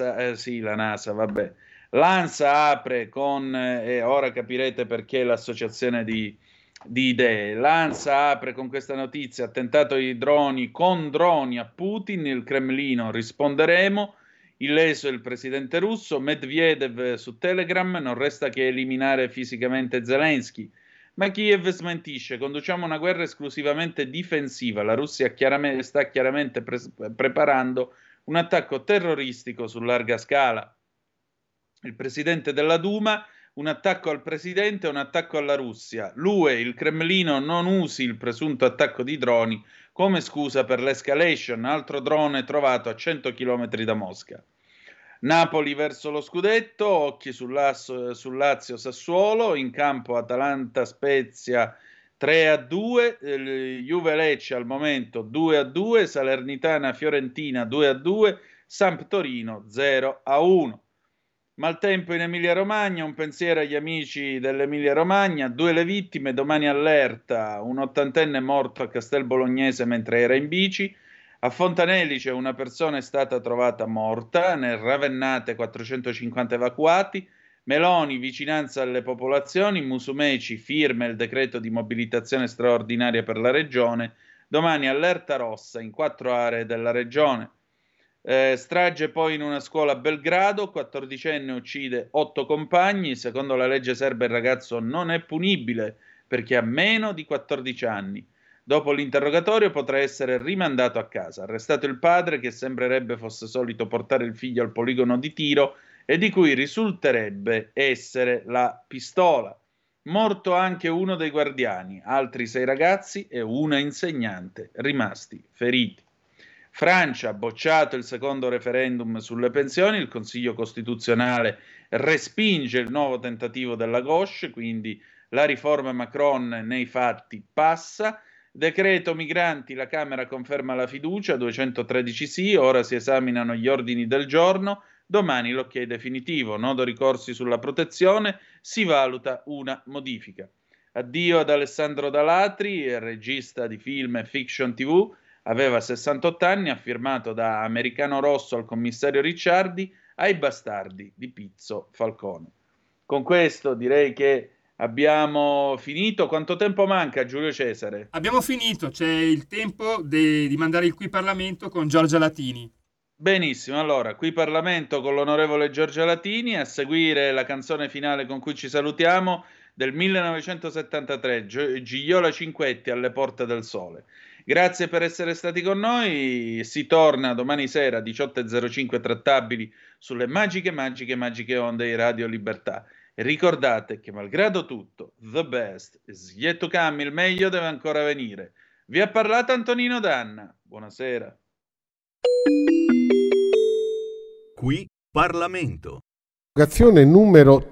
L'ANSA apre con, e ora capirete perché l'associazione di idee. L'ANSA apre con questa notizia: attentato ai droni, con droni a Putin, il Cremlino risponderemo. Illeso il presidente russo. Medvedev su Telegram: non resta che eliminare fisicamente Zelensky. Ma Kiev smentisce: conduciamo una guerra esclusivamente difensiva. La Russia sta chiaramente preparando un attacco terroristico su larga scala. Il presidente della Duma: un attacco al presidente, un attacco alla Russia. L'UE, il Cremlino non usi il presunto attacco di droni come scusa per l'escalation. Altro drone trovato a 100 km da Mosca. Napoli verso lo scudetto, occhi sul Lazio Sassuolo, in campo Atalanta Spezia 3-2, Juve Lecce al momento 2-2, Salernitana Fiorentina 2-2, Sampdoria 0-1. Maltempo in Emilia Romagna, un pensiero agli amici dell'Emilia Romagna, 2 le vittime, domani allerta, un ottantenne morto a Castel Bolognese mentre era in bici. A Fontanelice una persona è stata trovata morta, nel Ravennate 450 evacuati, Meloni vicinanza alle popolazioni, Musumeci firma il decreto di mobilitazione straordinaria per la regione, domani allerta rossa in 4 aree della regione. Strage poi in una scuola a Belgrado, 14enne uccide 8 compagni, secondo la legge serba il ragazzo non è punibile perché ha meno di 14 anni. Dopo l'interrogatorio potrà essere rimandato a casa. Arrestato il padre, che sembrerebbe fosse solito portare il figlio al poligono di tiro e di cui risulterebbe essere la pistola. Morto anche uno dei guardiani, altri 6 ragazzi e una insegnante rimasti feriti. Francia, bocciato il secondo referendum sulle pensioni, il Consiglio Costituzionale respinge il nuovo tentativo della gauche, quindi la riforma Macron nei fatti passa. Decreto migranti, la Camera conferma la fiducia, 213 sì, ora si esaminano gli ordini del giorno, domani l'ok definitivo, nodo ricorsi sulla protezione, si valuta una modifica. Addio ad Alessandro Dalatri, regista di film e fiction TV, aveva 68 anni, ha firmato da Americano Rosso al commissario Ricciardi ai Bastardi di Pizzo Falcone. Con questo direi che abbiamo finito. Quanto tempo manca, Giulio Cesare? Abbiamo finito, c'è il tempo di mandare il Qui Parlamento con Giorgia Latini. Benissimo, allora, Qui Parlamento con l'onorevole Giorgia Latini, a seguire la canzone finale con cui ci salutiamo del 1973, Gigliola Cinquetti, Alle porte del sole. Grazie per essere stati con noi, si torna domani sera 18.05 trattabili sulle magiche onde di Radio Libertà. E ricordate che malgrado tutto, the best is yet to come, il meglio deve ancora venire. Vi ha parlato Antonino Danna, buonasera. Qui Parlamento. Interrogazione numero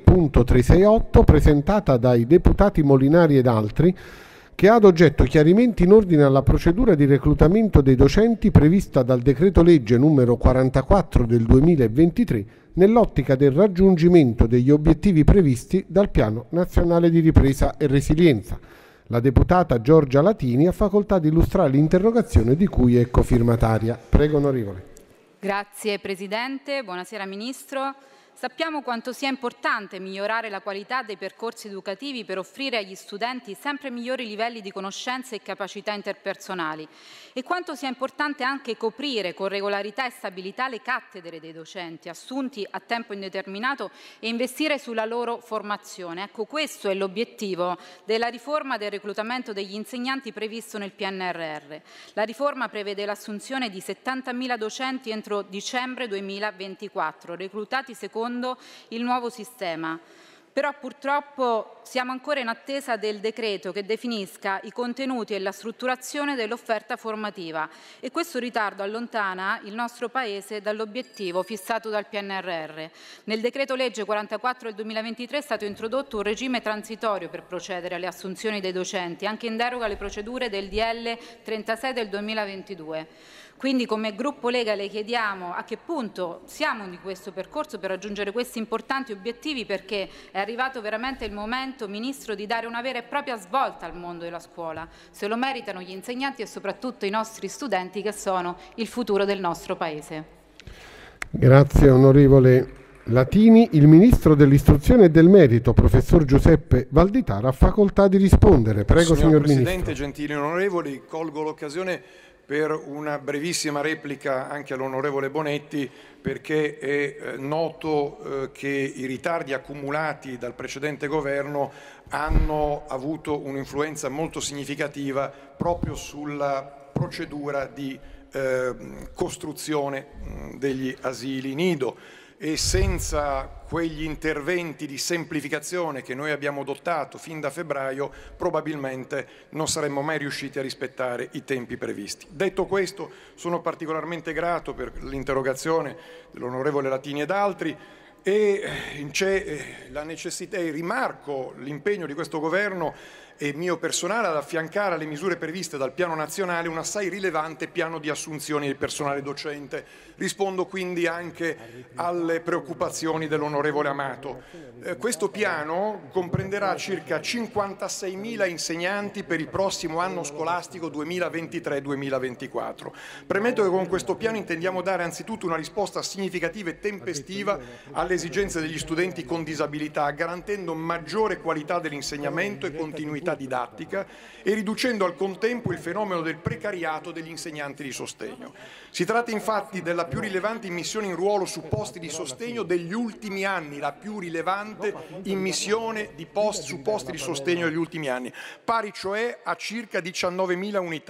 3.368 presentata dai deputati Molinari ed altri, che ha ad oggetto chiarimenti in ordine alla procedura di reclutamento dei docenti prevista dal decreto legge numero 44 del 2023 nell'ottica del raggiungimento degli obiettivi previsti dal Piano Nazionale di Ripresa e Resilienza. La deputata Giorgia Latini ha facoltà di illustrare l'interrogazione di cui è cofirmataria. Prego, onorevole. Grazie Presidente, buonasera Ministro. Sappiamo quanto sia importante migliorare la qualità dei percorsi educativi per offrire agli studenti sempre migliori livelli di conoscenze e capacità interpersonali e quanto sia importante anche coprire con regolarità e stabilità le cattedre dei docenti assunti a tempo indeterminato e investire sulla loro formazione. Ecco, questo è l'obiettivo della riforma del reclutamento degli insegnanti previsto nel PNRR. La riforma prevede l'assunzione di 70.000 docenti entro dicembre 2024, reclutati secondo il nuovo sistema. Però purtroppo siamo ancora in attesa del decreto che definisca i contenuti e la strutturazione dell'offerta formativa e questo ritardo allontana il nostro Paese dall'obiettivo fissato dal PNRR. Nel decreto legge 44 del 2023 è stato introdotto un regime transitorio per procedere alle assunzioni dei docenti, anche in deroga alle procedure del DL 36 del 2022. Quindi come gruppo Lega le chiediamo a che punto siamo di questo percorso per raggiungere questi importanti obiettivi, perché è arrivato veramente il momento, Ministro, di dare una vera e propria svolta al mondo della scuola. Se lo meritano gli insegnanti e soprattutto i nostri studenti, che sono il futuro del nostro Paese. Grazie onorevole Latini. Il Ministro dell'Istruzione e del Merito, professor Giuseppe Valditara, ha facoltà di rispondere. Prego, signor Presidente, Ministro. gentili onorevoli, colgo l'occasione per una brevissima replica anche all'onorevole Bonetti, perché è noto che i ritardi accumulati dal precedente governo hanno avuto un'influenza molto significativa proprio sulla procedura di costruzione degli asili nido. E senza quegli interventi di semplificazione che noi abbiamo adottato fin da febbraio, probabilmente non saremmo mai riusciti a rispettare i tempi previsti. Detto questo, sono particolarmente grato per l'interrogazione dell'onorevole Latini ed altri, e c'è la necessità, e rimarco l'impegno di questo governo e mio personale ad affiancare alle misure previste dal piano nazionale un assai rilevante piano di assunzioni del personale docente. Rispondo quindi anche alle preoccupazioni dell'onorevole Amato. Questo piano comprenderà circa 56.000 insegnanti per il prossimo anno scolastico 2023-2024. Premetto che con questo piano intendiamo dare anzitutto una risposta significativa e tempestiva alle esigenze degli studenti con disabilità, garantendo maggiore qualità dell'insegnamento e continuità didattica e riducendo al contempo il fenomeno del precariato degli insegnanti di sostegno. Si tratta infatti della più rilevante immissione in ruolo su posti di sostegno degli ultimi anni, la più rilevante immissione di su posti di sostegno degli ultimi anni, pari cioè a circa 19.000 unità.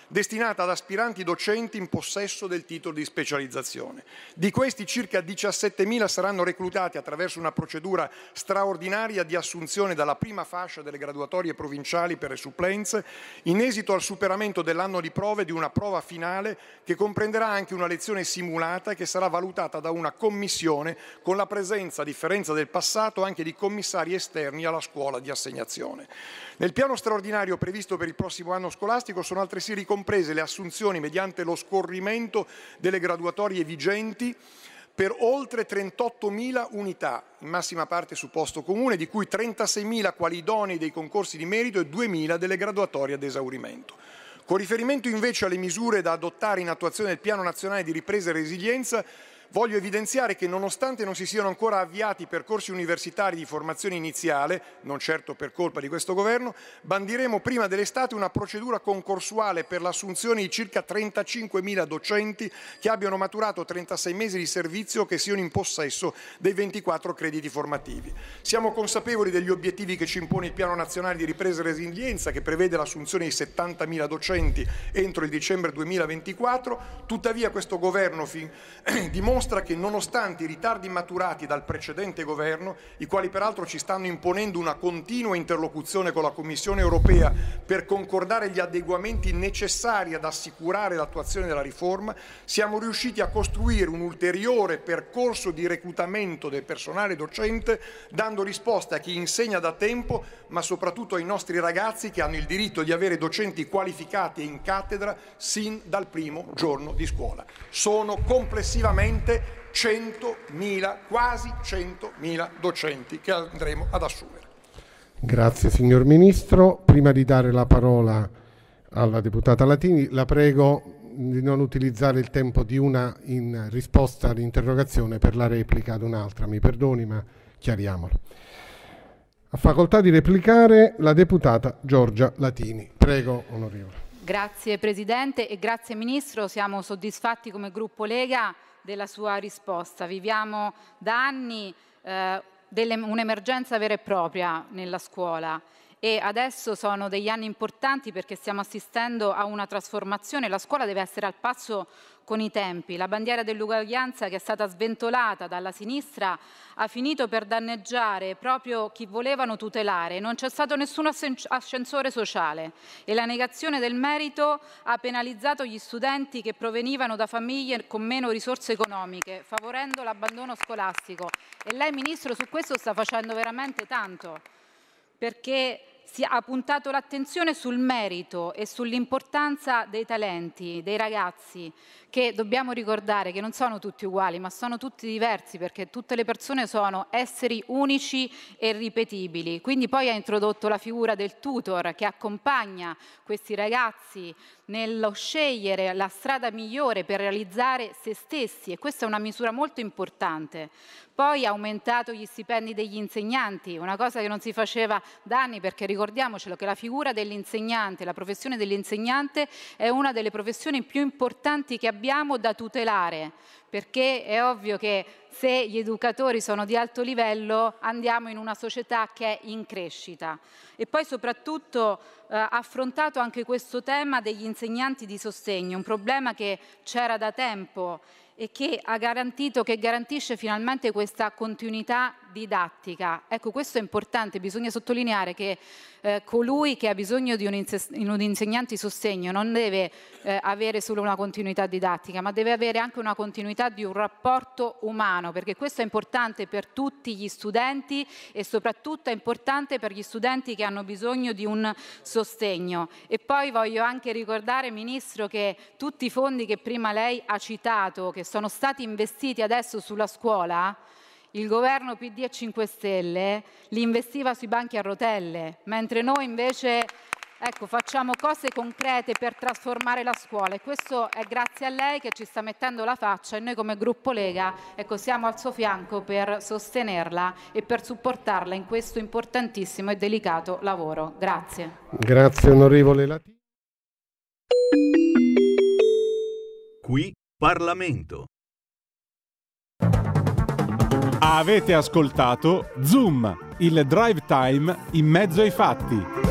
destinata ad aspiranti docenti in possesso del titolo di specializzazione. Di questi circa 17.000 saranno reclutati attraverso una procedura straordinaria di assunzione dalla prima fascia delle graduatorie provinciali per le supplenze, in esito al superamento dell'anno di prove di una prova finale che comprenderà anche una lezione simulata che sarà valutata da una commissione con la presenza, a differenza del passato, anche di commissari esterni alla scuola di assegnazione. Nel piano straordinario previsto per il prossimo anno scolastico sono altresì ricomprese le assunzioni mediante lo scorrimento delle graduatorie vigenti per oltre 38.000 unità, in massima parte su posto comune, di cui 36.000 quali idonei dei concorsi di merito e 2.000 delle graduatorie ad esaurimento. Con riferimento invece alle misure da adottare in attuazione del Piano Nazionale di Ripresa e Resilienza, voglio evidenziare che nonostante non si siano ancora avviati percorsi universitari di formazione iniziale, non certo per colpa di questo governo, bandiremo prima dell'estate una procedura concorsuale per l'assunzione di circa 35.000 docenti che abbiano maturato 36 mesi di servizio o che siano in possesso dei 24 crediti formativi. Siamo consapevoli degli obiettivi che ci impone il Piano Nazionale di Ripresa e Resilienza, che prevede l'assunzione di 70.000 docenti entro il dicembre 2024, tuttavia questo governo dimostra che nonostante i ritardi maturati dal precedente governo, i quali peraltro ci stanno imponendo una continua interlocuzione con la Commissione europea per concordare gli adeguamenti necessari ad assicurare l'attuazione della riforma, siamo riusciti a costruire un ulteriore percorso di reclutamento del personale docente, dando risposta a chi insegna da tempo, ma soprattutto ai nostri ragazzi che hanno il diritto di avere docenti qualificati e in cattedra sin dal primo giorno di scuola. Sono complessivamente 100.000, quasi 100.000 docenti che andremo ad assumere. Grazie signor Ministro. Prima di dare la parola alla deputata Latini, la prego di non utilizzare il tempo di una in risposta all'interrogazione per la replica ad un'altra. Mi perdoni, ma chiariamolo. Ha facoltà di replicare la deputata Giorgia Latini. Prego, onorevole. Grazie Presidente e grazie Ministro. Siamo soddisfatti come gruppo Lega della sua risposta. Viviamo da anni un'emergenza vera e propria nella scuola e adesso sono degli anni importanti perché stiamo assistendo a una trasformazione. La scuola deve essere al passo con i tempi. La bandiera dell'uguaglianza che è stata sventolata dalla sinistra ha finito per danneggiare proprio chi volevano tutelare. Non c'è stato nessun ascensore sociale e la negazione del merito ha penalizzato gli studenti che provenivano da famiglie con meno risorse economiche, favorendo l'abbandono scolastico. E lei, Ministro, su questo sta facendo veramente tanto, perché si ha puntato l'attenzione sul merito e sull'importanza dei talenti, dei ragazzi, che dobbiamo ricordare che non sono tutti uguali, ma sono tutti diversi, perché tutte le persone sono esseri unici e ripetibili. Quindi poi ha introdotto la figura del tutor che accompagna questi ragazzi nello scegliere la strada migliore per realizzare se stessi, e questa è una misura molto importante. Poi ha aumentato gli stipendi degli insegnanti, una cosa che non si faceva da anni, perché ricordiamocelo che la figura dell'insegnante, la professione dell'insegnante è una delle professioni più importanti che abbiamo da tutelare, perché è ovvio che se gli educatori sono di alto livello andiamo in una società che è in crescita. E poi soprattutto ha affrontato anche questo tema degli insegnanti di sostegno, un problema che c'era da tempo e che ha garantito, che garantisce finalmente questa continuità didattica. Ecco, questo è importante, bisogna sottolineare che colui che ha bisogno di un insegnante di sostegno non deve avere solo una continuità didattica, ma deve avere anche una continuità di un rapporto umano, perché questo è importante per tutti gli studenti e soprattutto è importante per gli studenti che hanno bisogno di un sostegno. E poi voglio anche ricordare, Ministro, che tutti i fondi che prima lei ha citato, che sono stati investiti adesso sulla scuola, il governo PD e 5 Stelle li investiva sui banchi a rotelle, mentre noi invece facciamo cose concrete per trasformare la scuola, e questo è grazie a lei che ci sta mettendo la faccia, e noi come gruppo Lega siamo al suo fianco per sostenerla e per supportarla in questo importantissimo e delicato lavoro. Grazie. Grazie onorevole Latini. Qui Parlamento. Avete ascoltato Zoom, il drive time in mezzo ai fatti.